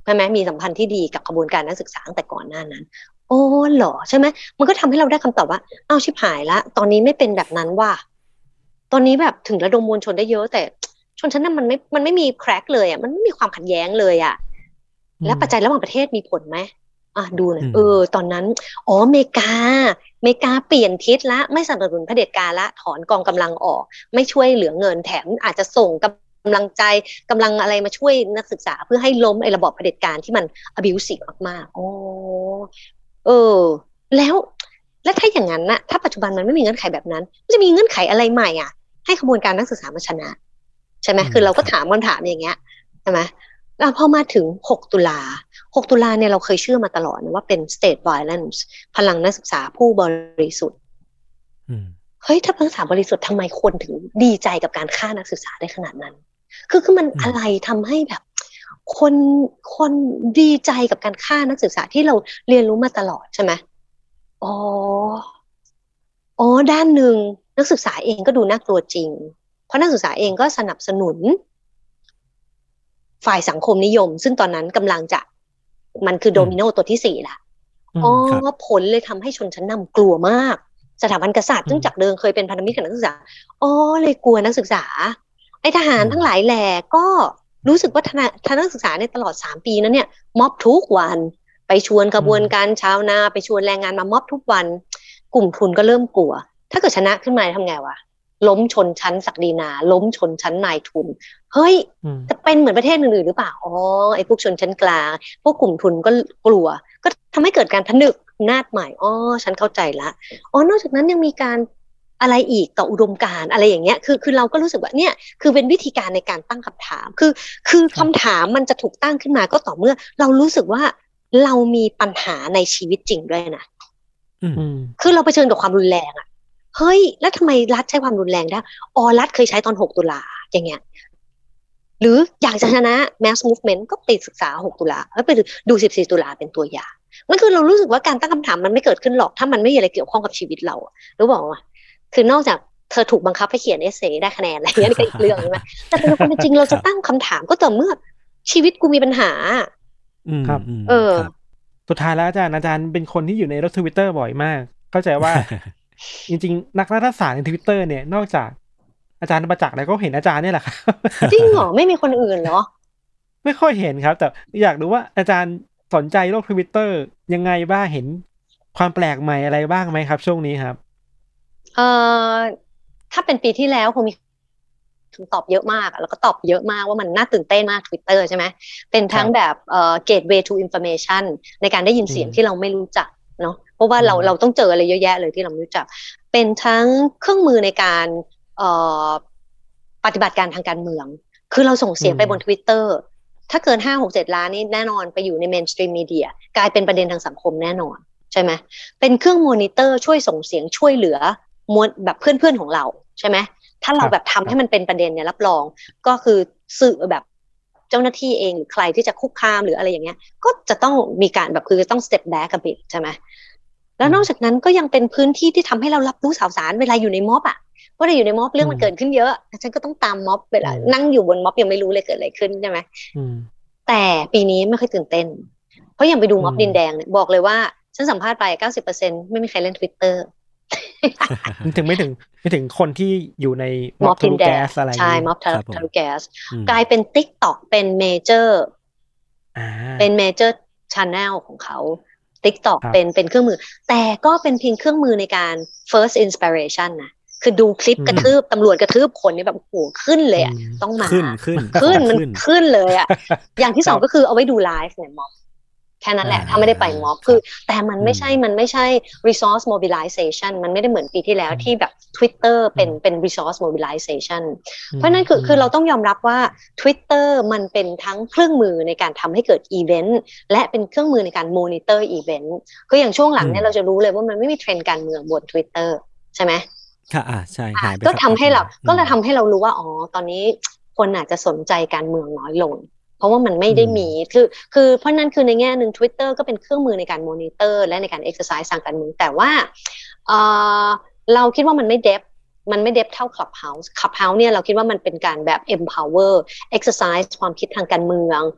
ใช่ไหมมีสัมพันธ์ที่ดีกับกระบวนการนักศึกษาตั้งแต่ก่อนหน้านั้นโอ้เหรอใช่ไหมมันก็ทำให้เราได้คำตอบว่าอ้าวชิบหายละตอนนี้ไม่เป็นแบบนั้นว่าตอนนี้แบบถึงระดมมวลชนได้เยอะแต่ชนชั้นนำมันไม่มันไม่มีแครกเลยอ่ะมันไม่มีความขัดแย้งเลยอ่ะแล้วปัจจัยระหว่างประเทศมีผลไหมอ่ะดูหน่อยเออตอนนั้นอ๋ออเมริกาอเมริกาเปลี่ยนทิศละไม่สนับสนุนเผด็จการละถอนกองกำลังออกไม่ช่วยเหลือเงินแถมอาจจะส่งกำลังใจกำลังอะไรมาช่วยนักศึกษาเพื่อให้ล้มไอ้ระบอบเผด็จการที่มัน abusive มากๆอ๋อเออแล้วแล้วถ้าอย่างนั้นน่ะถ้าปัจจุบันมันไม่มีเงื่อนไขแบบนั้นมันจะมีเงื่อนไขอะไรใหม่อ่ะให้ขบวนการนักศึกษามาชนะใช่ไหมคือเราก็ถามคำถามอย่างเงี้ยใช่ไหมแล้วพอมาถึงหกตุลาหกตุลาเนี่ยเราเคยเชื่อมาตลอดนะว่าเป็น state violence พลังนักศึกษาผู้บริสุทธิ์เฮ้ยถ้านักศึกษาบริสุทธิ์ทำไมคนถึงดีใจกับการฆ่านักศึกษาได้ขนาดนั้นคือคือมันอะไรทำให้แบบคนคนดีใจกับการฆ่านักศึกษาที่เราเรียนรู้มาตลอดใช่ไหมอ๋ออ๋อด้านหนึ่งนักศึกษาเองก็ดูน่ากลัวจริงเพราะนักศึกษาเองก็สนับสนุนฝ่ายสังคมนิยมซึ่งตอนนั้นกำลังจะมันคือโดมิโนตัวที่สี่ละอ๋อผลเลยทำให้ชนชั้นนำกลัวมากสถาบันกษัตริย์ซึ่งจากเดิมเคยเป็นพันธมิตรกับนักศึกษาอ๋อเลยกลัวนักศึกษาไอ้ทหารทั้งหลายแหล่ก็รู้สึกว่าทางนักศึกษาในตลอดสามปีนั้นเนี่ยม็อบทุกวันไปชวนกระบวนการชาวนาไปชวนแรงงานมาม็อบทุกวันกลุ่มทุนก็เริ่มกลัวถ้าเกิดชนะขึ้นมาทำไงวะล้มชนชั้นศักดินาล้มชนชั้นนายทุนเฮ้ยจะเป็นเหมือนประเทศอื่นๆหรือเปล่าอ๋อไอ้พวกชนชั้นกลางพวกกลุ่มทุนก็กลัวก็ทำให้เกิดการผนึกอำนาจใหม่อ๋อฉันเข้าใจละอ๋อนอกจากนั้นยังมีการอะไรอีกต่ออุดมการณ์อะไรอย่างเงี้ยคือคือเราก็รู้สึกว่าเนี่ยคือเป็นวิธีการในการตั้งคำถามคือคือคำถามมันจะถูกตั้งขึ้นมาก็ต่อเมื่อเรารู้สึกว่าเรามีปัญหาในชีวิตจริงด้วยนะคือเราเผชิญกับความรุนแรงอะเฮ้ยแล้วทำไมรัฐใช้ความรุนแรงได้อ๋อรัฐเคยใช้ตอนหกตุลาอย่างเงี้ยหรืออยากจะชนะ mass movement ก็ไปศึกษาหกตุลาแล้วไปดูสิบสี่ตุลาเป็นตัวอย่างนั่นคือเรารู้สึกว่าการตั้งคำถามมันไม่เกิดขึ้นหรอกถ้ามันไม่มีอะไรเกี่ยวข้องกับชีวิตเรารู้บอกว่าคือนอกจากเธอถูกบังคับให้เขียนเอเซ่ได้คะแนนอะไรอย่างเงี้ยก็อีกเรื่องใช่ไหมแต่ในความเป็นจริงเราจะตั้งคำถามก็ต่อเมื่อชีวิตกูมีปัญหาครับเออสุดท้ายแล้วอาจารย์อาจารย์เป็นคนที่อยู่ในโลก Twitter บ่อยมากเข้าใจว่า จริงๆนักรัฐศาสตร์ใน Twitter เนี่ยนอกจากอาจารย์ประจักษ์แล้วก็เห็นอาจารย์นี่แหละครับจริงเหรอไม่มีคนอื่นเหรอไม่ค่อยเห็นครับแต่อยากรู้ว่าอาจารย์สนใจโลก Twitter ยังไงบ้างเห็นความแปลกใหม่อะไรบ้างไหมครับช่วงนี้ครับเอ่อถ้าเป็นปีที่แล้วคงมีตอบเยอะมากแล้วก็ตอบเยอะมากว่ามันน่าตื่นเต้นมาก Twitter ใช่ไหมเป็นทั้งแบบเอ่อ gateway to information ในการได้ยินเสียงที่เราไม่รู้จักเนาะเพราะว่าเราเราต้องเจออะไรเยอะแยะเลยที่เราไม่รู้จักเป็นทั้งเครื่องมือในการเอ่อปฏิบัติการทางการเมืองคือเราส่งเสียงไปบน Twitter ถ้าเกินห้า หก เจ็ดล้านนี่แน่นอนไปอยู่ใน mainstream media กลายเป็นประเด็นทางสังคมแน่นอนใช่ไหมเป็นเครื่องมอนิเตอร์ช่วยส่งเสียงช่วยเหลือมวลแบบเพื่อนๆของเราใช่ไหมถ้าเราแบบทำให้มันเป็นประเด็นเนี่ยรับรองก็คือสื่อแบบเจ้าหน้าที่เองหรือใครที่จะคุกคามหรืออะไรอย่างเงี้ยก็จะต้องมีการแบบคือต้อง step back a bit ใช่ไหมแล้วนอกจากนั้นก็ยังเป็นพื้นที่ที่ทำให้เรารับรู้ข่าวสารเวลาอยู่ในม็อบอ่ะเพราะเราอยู่ในม็อบเรื่องมันเกิดขึ้นเยอะฉันก็ต้องตามม็อบเวลานั่งอยู่บนม็อบยังไม่รู้เลยเกิดอะไรขึ้นใช่ไหมแต่ปีนี้ไม่ค่อยตื่นเต้นเพราะอย่างไปดูม็อบดินแดงเนี่ยบอกเลยว่าฉันสัมภาษณ์ไป เก้าสิบเปอร์เซ็นต์ ไม่มีใครเล่น Twitter ถึงไม่ถึงไม่ถึงคนที่อยู่ในม็อบทะลุแก๊สอะไรใช่ม็อบทะลุแก๊สกลายเป็น TikTok เป็นเมเจอร์เป็นเมเจอร์ชาแนลของเขา TikTok เป็นเป็นเครื่องมือแต่ก็เป็นเพียงเครื่องมือในการ first inspiration นะคือดูคลิปกระทืบตำรวจกระทืบคนนี่แบบโหขึ้นเลยอ่ะต้องมาขึ้นขึ้นขึ้นมันขึ้นเลยอ่ะอย่างที่สองก็คือเอาไว้ดูไลฟ์เนี่ยม็อบแค่นั้นแหละถ้าไม่ได้ไปม็อบคือแต่มันไม่ใช่มันไม่ใช่ resource mobilization มันไม่ได้เหมือนปีที่แล้วที่แบบ Twitter เป็นเป็น resource mobilization เพราะนั้นคือคือเราต้องยอมรับว่า Twitter มันเป็นทั้งเครื่องมือในการทำให้เกิดอีเวนต์และเป็นเครื่องมือในการ monitor อีเวนต์คืออย่างช่วงหลังเนี่ยเราจะรู้เลยว่ามันไม่มีเทรนด์การเมืองบน Twitter ใช่ไหมค่ะอ่าใช่หายไปก็ทำให้เราก็เลยทำให้เรารู้ว่าอ๋อตอนนี้คนอาจจะสนใจการเมืองน้อยลงเพราะว่ามันไม่ได้มีคือคือเพราะนั้นคือในแง่นึง Twitter ก็เป็นเครื่องมือในการมอนิเตอร์และในการ exercise ทางการเมืองแต่ว่าเอ่อเราคิดว่ามันไม่ depth มันไม่ depth เท่า Clubhouse Clubhouse เนี่ยเราคิดว่ามันเป็นการแบบ empower exercise ความคิดทางการเมือง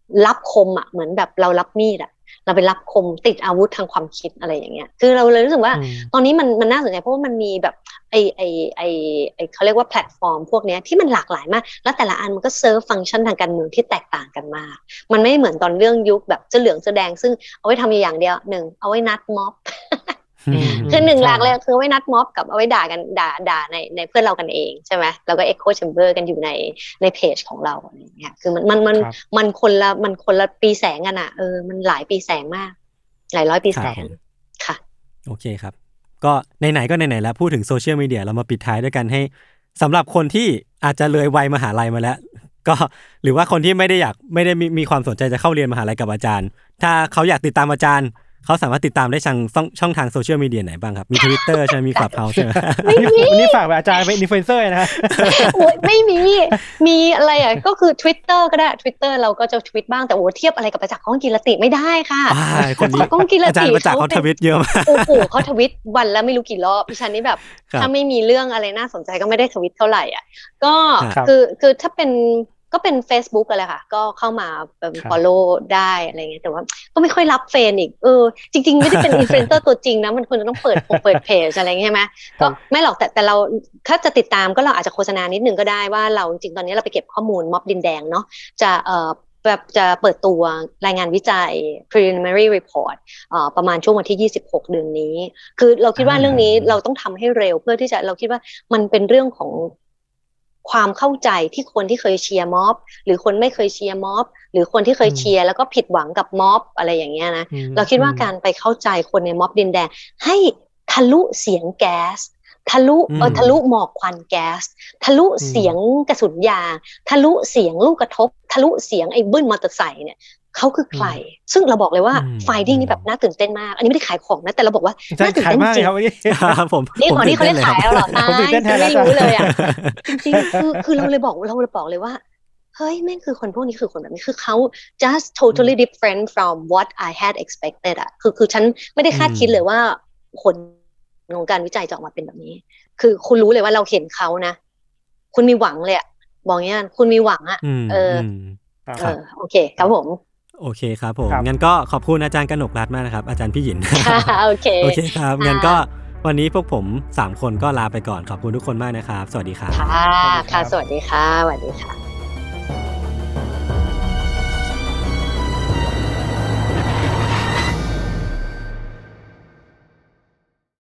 รับคมอ่ะเหมือนแบบเรารับมีดอ่ะเราไปรับคมติดอาวุธทางความคิดอะไรอย่างเงี้ยคือเราเลยรู้สึกว่าตอนนี้มันมันน่าสนใจเพราะว่ามันมีแบบไอไอไอไอเขาเรียกว่าแพลตฟอร์มพวกเนี้ยที่มันหลากหลายมากแล้วแต่ละอันมันก็เซิร์ฟฟังก์ชันทางการเมืองที่แตกต่างกันมากมันไม่เหมือนตอนเรื่องยุคแบบเสื้อเหลืองเสื้อแดงซึ่งเอาไว้ทำอย่างเดียวหนึ่งเอาไว้นัดม็อบคือหนึ่งหลักเลยคือไว้นัดม็อบกับเอาไว้ด่ากันด่าด่าในในเพื่อนเรากันเองใช่ไหมเราก็ echo chamber กันอยู่ในในเพจของเราอะไรอย่างเงี้ยคือมันมันมันมันคนละมันคนละปีแสงกันอ่ะเออมันหลายปีแสงมากหลายร้อยปีแสงค่ะโอเคครับก็ไหนๆก็ไหนๆแล้วพูดถึงโซเชียลมีเดียเรามาปิดท้ายด้วยกันให้สำหรับคนที่อาจจะเลยวัยมหาลัยมาแล้วก็หรือว่าคนที่ไม่ได้อยากไม่ได้มีมีความสนใจจะเข้าเรียนมหาลัยกับอาจารย์ถ้าเขาอยากติดตามอาจารย์เขาสามารถติดตามได้ทางช่องทางโซเชียลมีเดียไหนบ้างครับมี Twitter ใช่มี Clubhouse ใช่ไหมวันนี้ฝากไปอาจารย์เป็นอินฟลูเอนเซอร์นะโอ้ยไม่มีมีอะไรอ่ะก็คือ Twitter ก็ได้ Twitter เราก็จะทวิตบ้างแต่โอ้เทียบอะไรกับประจักษ์ก้องกีรติไม่ได้ค่ะคนนี้ก้องกีรติอาจารย์ประจักษ์เขาทวิตเยอะมากโอ้โหเขาทวิตวันละไม่รู้กี่รอบดิฉันนี่แบบถ้าไม่มีเรื่องอะไรน่าสนใจก็ไม่ได้ทวิตเท่าไหร่อ่ะก็คือคือถ้าเป็นก็เป็น Facebook กันเลยค่ะก็เข้ามาเป็น follow ได้อะไรเงี้ยแต่ว่าก็ไม่ค่อยรับเฟนอีกเออจริงๆไม่ได้เป็นอินฟลูเอนเซอร์ตัวจริงนะมันควรจะต้องเปิดเปิดเพจอะไรเงี้ยใช่ไหมก็ไม่หรอกแต่แต่เราถ้าจะติดตามก็เราอาจจะโฆษณานิดนึงก็ได้ว่าเราจริงๆตอนนี้เราไปเก็บข้อมูลม็อบดินแดงเนาะจะเอ่อแบบจะเปิดตัวรายงานวิจัย preliminary report เอ่อประมาณช่วงวันที่ยี่สิบหกเดือนนี้คือเราคิดว่าเรื่องนี้เราต้องทำให้เร็วเพื่อที่จะเราคิดว่ามันเป็นเรื่องของความเข้าใจที่คนที่เคยเชียร์ม็อบหรือคนไม่เคยเชียร์ม็อบหรือคนที่เคยเชียร์แล้วก็ผิดหวังกับม็อบอะไรอย่างเงี้ยนะเราคิดว่าการไปเข้าใจคนในม็อบดินแดงให้ทะลุเสียงแก๊สทะลุเออทะลุหมอกควันแก๊สทะลุเสียงกระสุนยางทะลุเสียงลูกกระทบทะลุเสียงไอ้บึ้นมอเตอร์ไซค์เนี่ยเขาคือใครซึ่งเราบอกเลยว่าไฟดิ้งนี่แบบน่าตื่นเต้นมากอันนี้ไม่ได้ขายของนะแต่เราบอกว่าน่าตื่นเต้นจริงครับผมนี่ของนี่เขาเรียกขายแล้วหรอตายไม่รู้เลยอ่ะจริงๆคือคือเราเลยบอกเราเลยบอกเลยว่าเฮ้ยแม่งคือคนพวกนี้คือคนแบบนี้คือเขา just totally different from what I had expected อ่ะคือคือฉันไม่ได้คาดคิดเลยว่าผลของการวิจัยจะออกมาเป็นแบบนี้คือคุณรู้เลยว่าเราเห็นเขานะคุณมีหวังเลยอ่ะบอกงี้คุณมีหวังอ่ะเออเออโอเคครับผมโอเคครับผมงั้นก็ขอบคุณอาจารย์กนกรัตน์มากนะครับอาจารย์พี่หยินโอเคโอเคครับงั้นก็วันนี้พวกผมสามคนก็ลาไปก่อนขอบคุณทุกคนมากนะครับสวัสดีครับค่ะค่ะสวัสดีค่ะสวัสดีค่ะ